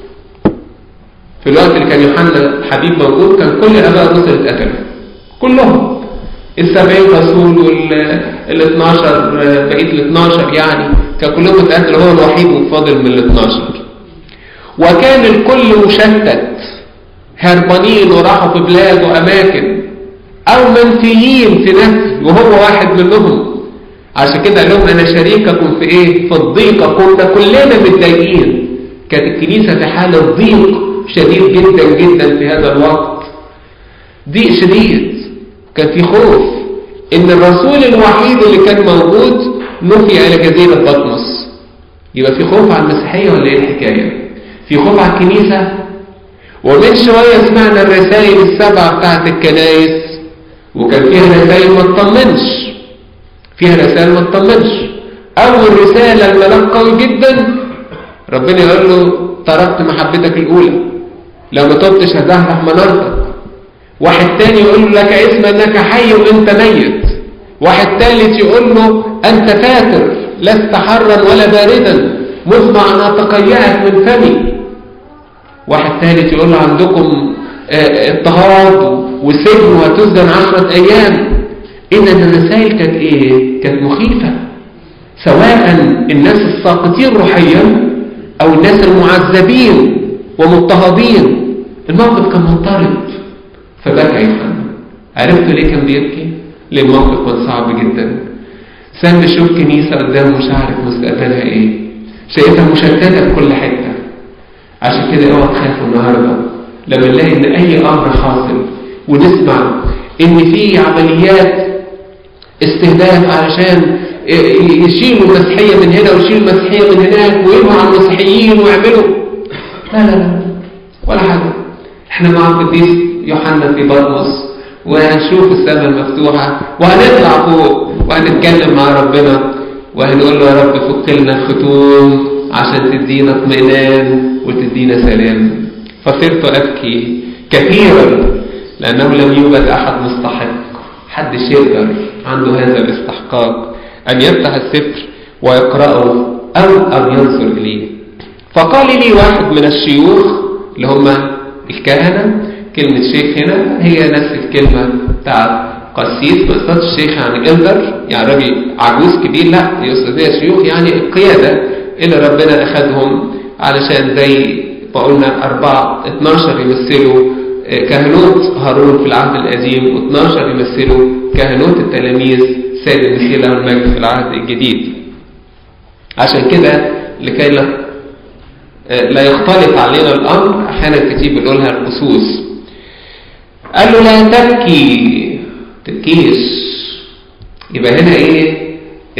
في الوقت اللي كان يوحنا الحبيب موجود كان كل الاباء الرسل اتقتلوا كلهم، السبعين رسول والاثناشر بقيه الاثناشر، يعني كان كلهم اتقتلوا، هو الوحيد وفاضل من الاثناشر. وكان الكل مشتت، هربانين وراحوا في بلاد واماكن، او منفيين في نفسي، وهو واحد منهم. عشان كده قال لهم انا شريككم في ايه؟ في الضيقه. كنا كلنا متضايقين، كانت الكنيسه في حاله ضيق شديد جدا جدا في هذا الوقت، ضيق شديد. كان في خوف ان الرسول الوحيد اللي كان موجود نفي على جزيره بطمس. يبقى في خوف على المسيحيه ولا ايه الحكايه؟ في خوف على الكنيسه. ومن شويه سمعنا الرسائل السبعه بتاعت الكنائس، وكان فيها رسائل ما تطمنش، فيها رسائل ما تطمنش. اول رساله الملاك قوي جدا، ربنا يقول له تركت محبتك الاولى، لو ما تبتش هزهرح منارتك. واحد تاني يقول له لك اسم انك حي وانت ميت. واحد ثالث يقول له انت فاتر لست حرا ولا باردا، مزمع ان اتقيأك من فمي. واحد ثالث يقول له عندكم اضطهاد وسجن وهتسجن عشرة ايام. اذا الرسائل كانت ايه؟ كانت مخيفة، سواء الناس الساقطين روحيا او الناس المعذبين ومضطهدين. الموقف كان مضطرب، فبكى يوحنا. عرفتوا ليه كان بيبكي؟ ليه الموقف كان صعب جدا. سام بيشوف كنيسة قدامه مش عارف مستقبلها ايه، شايفها مشتتة في كل حتة. عشان كده اوعى تخافوا النهارده لما نلاقي ان اي امر حاصل ونسمع ان في عمليات استهداف علشان يشيلوا المسيحية من هنا ويشيلوا المسيحية من هناك وينهوا على المسيحيين ويعملوا، لا لا لا ولا حاجة. احنا مع القديس يوحنا في بطمس، وهنشوف السماء المفتوحة وهنطلع فوق وهنتكلم مع ربنا وهنقول له يا رب فك لنا الختوم عشان تدينا اطمئنان وتدينا سلام. فصرت أبكي كثيرا لأنه لم يوجد أحد مستحق، حدش يقدر عنده هذا الاستحقاق أن يفتح السفر ويقرأه أو أن ينظر إليه. فقال لي واحد من الشيوخ اللي هم الكهنة، كلمة شيخ هنا هي نفس الكلمة بتاعت قسيس، ما قصدش شيخ يعني إلدر يعني راجل عجوز كبير، لا يقصد هي شيوخ يعني القيادة اللي ربنا أخذهم علشان زي فقلنا أربعة اتناشر يمثلوا كهنوت هارون في العهد القديم، واتناشر يمثلوا كهنوت التلاميذ سيد المسيح له المجد في العهد الجديد. عشان كده لكي لا لا يختلط علينا الأمر أحيانا كتير بنقولها الخصوص. قال له لا تبكي، تبكيش. يبقى هنا ايه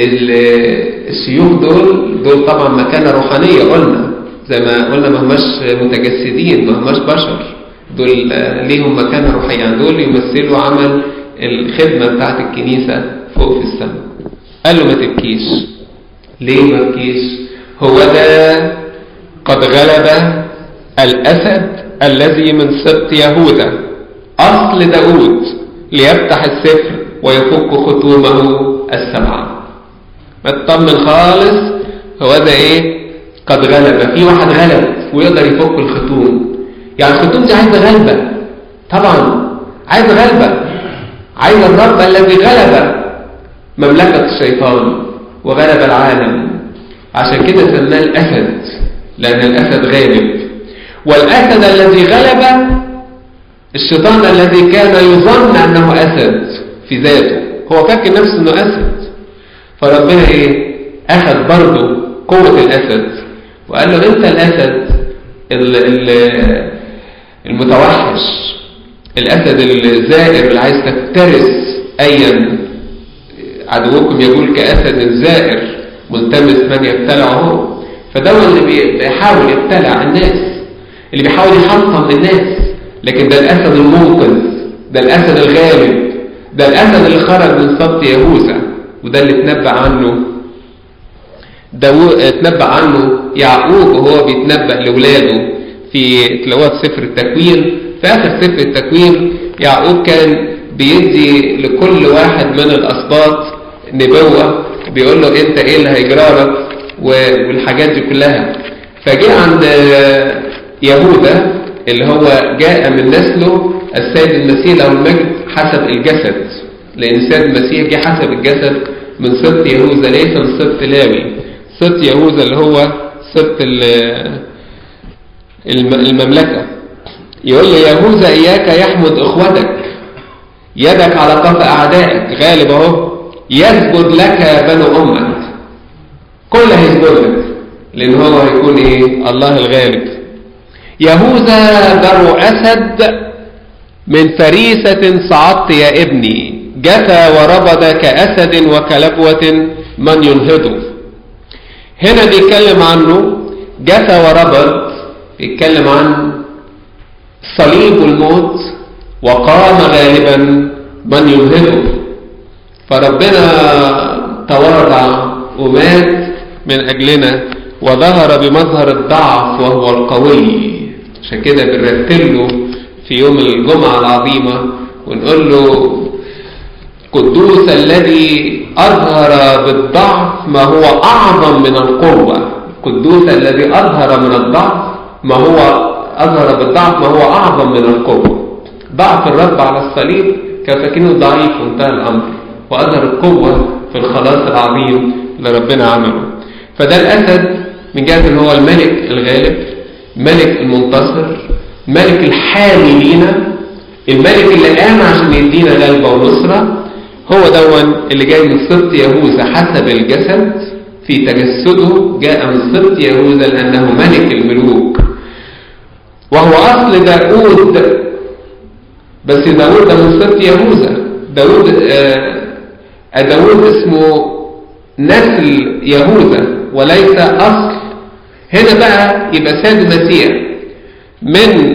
الشيوخ دول دول طبعا مكانة روحانية، قلنا زي ما قلنا ما هماش متجسدين، ما هماش بشر، دول ليهم مكانة روحية، يعني دول يمثلوا عمل الخدمة بتاعت الكنيسة فوق في السماء. قال له ما تبكيش. ليه ما تبكيش؟ هو ده قد غلب الأسد الذي من سبط يهوذا أصل داود ليفتح السفر ويفك ختومه السبعة. ما تطمن خالص، هو ده ايه قد غلب. في واحد غلب ويقدر يفك الختوم. يعني الختوم دي عايزة غلبة، طبعا عايزة غلبة، عايزة الرب الذي غلب مملكة الشيطان وغلب العالم. عشان كده سماه الأسد، لأن الأسد غالب. والأسد الذي غلب الشيطان الذي كان يظن أنه أسد في ذاته، هو فاكر نفسه أنه أسد. فربنا إيه أخذ برضه قوة الأسد وقال له أنت الأسد المتوحش، الأسد الزائر اللي عايز تفترس أيا عدوكم يقول كأسد زائر ملتمس من يبتلعه. فده اللي بيحاول يبتلع الناس، اللي بيحاول يحطم الناس. لكن ده الأسد المنقذ، ده الأسد الغالب، ده الأسد اللي خرج من سبط يهوذا. وده اللي اتنبأ عنه داوود، اتنبأ عنه يعقوب وهو بيتنبأ لأولاده في تلاوات سفر التكوين. في آخر سفر التكوين يعقوب كان بيدي لكل واحد من الأسباط نبوة، بيقول له انت ايه اللي هيجرالك والحاجات دي كلها. فجاء عند يهوذا اللي هو جاء من نسله السيد المسيح له المجد حسب الجسد، لأن السيد المسيح جاء حسب الجسد من سبط يهوذا ليس من سبط لاوي. سبط يهوذا اللي هو سبط المملكة. يقول له يهوذا إياك يحمد إخوتك، يدك على قف أعدائك، غالب أهو، يسجد لك بنو أمك، كل هيسجد لك لأن هو هيكون إيه الله الغالب. يهوذا درو أسد من فريسة صعدت يا ابني، جثى وربض كأسد وكلبوة من ينهضه. هنا بيتكلم عنه جثى وربض، بيتكلم عن صليب الموت، وقام غالبا من ينهضه. فربنا تواضع ومات من أجلنا وظهر بمظهر الضعف وهو القوي. عشان كده بنرتله في يوم الجمعة العظيمة ونقول له قدوس الذي أظهر بالضعف ما هو أعظم من القوة. قدوس الذي أظهر من الضعف ما هو أظهر بالضعف ما هو أعظم من القوة. ضعف الرب على الصليب كان فاكرينه ضعيف وانتهى الأمر، وأظهر القوة في الخلاص العظيم اللي ربنا عمله. فده الأسد من جهة ان هو الملك الغالب، ملك المنتصر، ملك الحامي لينا، الملك اللي قام عشان يدينا غلبة ونصرة. هو دون اللي جاي من سبط يهوذا حسب الجسد، في تجسده جاء من سبط يهوذا لأنه ملك الملوك، وهو أصل داود. بس داود ده من سبط يهوذا. داود آه داود اسمه نسل يهوذا وليس أصل. هنا بقى يبقى سيد المسيح من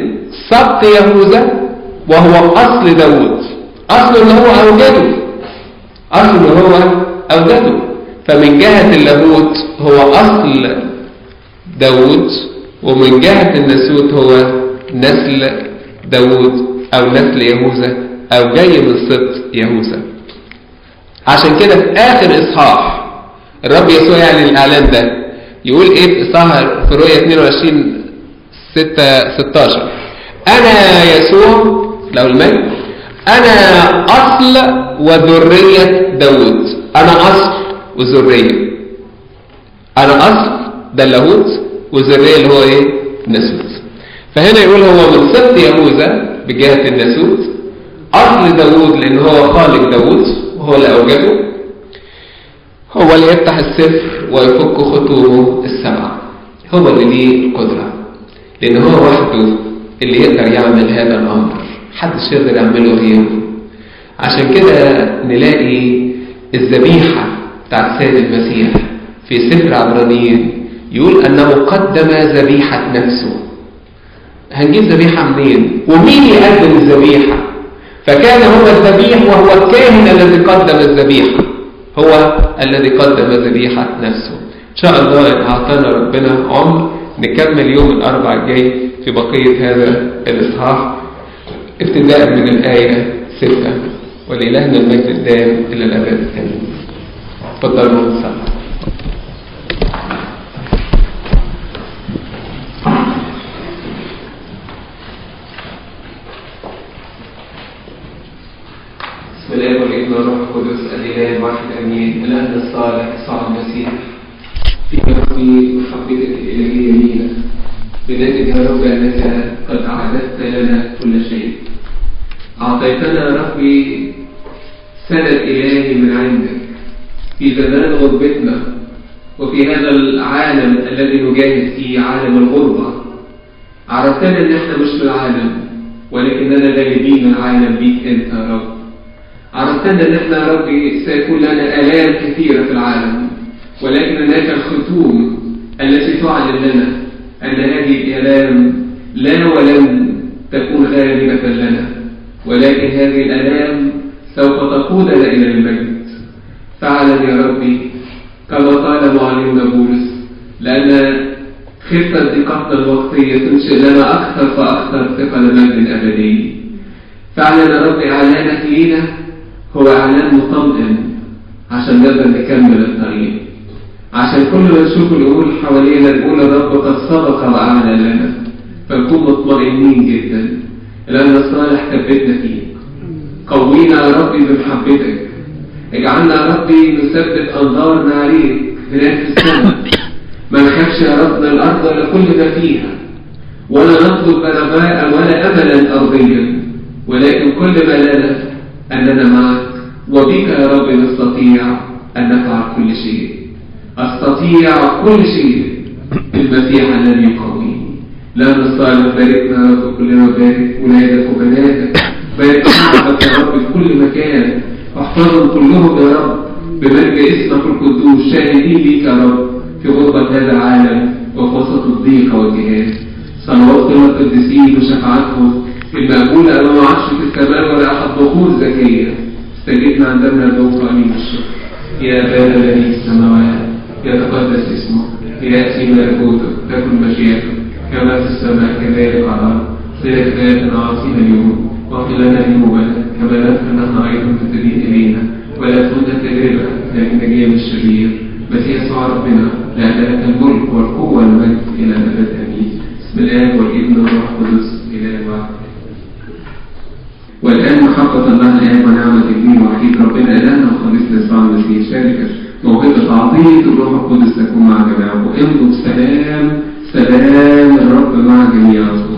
سبط يهوذا وهو أصل داود، أصل اللي هو أوجده، أصل اللي هو أوجده. فمن جهة اللاهوت هو أصل داود، ومن جهة الناسوت هو نسل داود أو نسل يهوذا أو جاي من سبط يهوذا. عشان كده في آخر إصحاح الرب يسوع يعني الإعلان ده يقول إيه في إصحاح في رؤية اثنين وعشرين ستاشر: أنا يسوع له المجد أنا أصل وذرية داود. أنا أصل وذرية، أنا أصل ده اللاهوت، وذرية اللي هو إيه؟ ناسوت. فهنا يقول هو من سبط يهوذا بجهة الناسوت، أصل داود لأن هو خالق داود وهو اللي أوجده، هو اللي يفتح السفر ويفك خطومه السبعة، هو اللي ليه القدرة، لأن هو وحده اللي يقدر يعمل هذا الأمر، محدش يقدر يعمله غيره. عشان كده نلاقي الذبيحة بتاعت سيد المسيح في سفر عبرانيين يقول أنه قدم ذبيحة نفسه. هنجيب ذبيحة منين؟ ومين يقدم الذبيحة؟ فكان هو الذبيح وهو الكاهن الذي قدم الذبيحة، هو الذي قدم ذبيحة نفسه. إن شاء الله إن أعطانا ربنا عمر نكمل يوم الأربع الجاي في بقية هذا الإصحاح ابتداء من الآية ستة. ولإلهنا المجد الدائم إلى الأبد آمين. تفضلوا نصلي. بسم الله والابن والروح القدس الإله الواحد آمين. الآن الصالح صاحب المسيح في محبي محبتك الإلهية لينا بنجد يا رب أنك قد أعددت لنا كل شيء. أعطيتنا يا ربي سند إلهي من عندك في زمان غربتنا وفي هذا العالم الذي نجاهد فيه، عالم الغربة. عرفتنا أن احنا مش في العالم ولكننا غالبين العالم بيك أنت يا رب. عرفتنا أن احنا يا ربي سيكون لنا آلام كثيرة في العالم، ولكن هناك الختوم التي تعلن لنا أن هذه الآلام لا ولن تكون غالبة لنا، ولكن هذه الآلام سوف تقودنا إلى المجد. فعلا يا ربي كما قال معلمنا بولس: لأن خفة ثقتنا الوقتية تنشئ لنا أكثر فأكثر ثقل مجد أبدي. فعلا يا ربي إعلانك لينا هو إعلان مطمئن عشان نقدر نكمل الطريق، عشان كل ما نشوف الأمور حوالينا نقول الرب قد سبق وأعلن لنا، فنكون مطمئنين جدا. لأن الصالح ثبتنا فيك، قوينا يا ربي بمحبتك، اجعلنا يا ربي نثبت أنظارنا عليك هناك في السماء، ما نخافش يا ربنا الأرض ولا كل ما فيها، ولا نطلب رجاء ولا أملا أرضيا، ولكن كل ما لنا أننا معك، وبك يا رب نستطيع أن نفعل كل شيء. أستطيع كل شيء بالمسيح الذي يقويني. لأن الصالح باركنا يا رب كلنا، وبارك ولادك وبناتك، بارك شعبك يا رب في كل مكان، واحفظهم كلهم يا رب بمجد اسمك القدوس، شاهدين ليك يا رب في غربة هذا العالم وفي وسط الضيق والجهاد. صلوات القديسين وشفاعتهم المقبولة أمام عرشك السماء ولا أحد بخور زكية. استجبنا عندنا ذوق أمين الشكر. يا أبانا الذي في السماوات يتقدس اسمك، يأتي ملكوتك، تكن مشيئتك كما في السماء كذلك على الأرض. صلة ذاتنا أعطينا اليوم، واغفر لنا ذنوبنا كما نغفر نحن أيضا المعتدين إلينا، ولا تدخلنا تجربة لكن نجينا من الشرير. مسيح يسوع ربنا لأن لك الملك والقوة والمجد إلى الأبد آمين. بسم الله والابن والروح القدس إله واحد. والآن محبة الله الآب ونعمة الابن وحبيب ربنا إلهنا وخليصنا يسوع المسيح شاركة موهبة عطية الروح القدس تكون مع جميعكم. امضوا بسلام، سلام الرب مع جميعكم.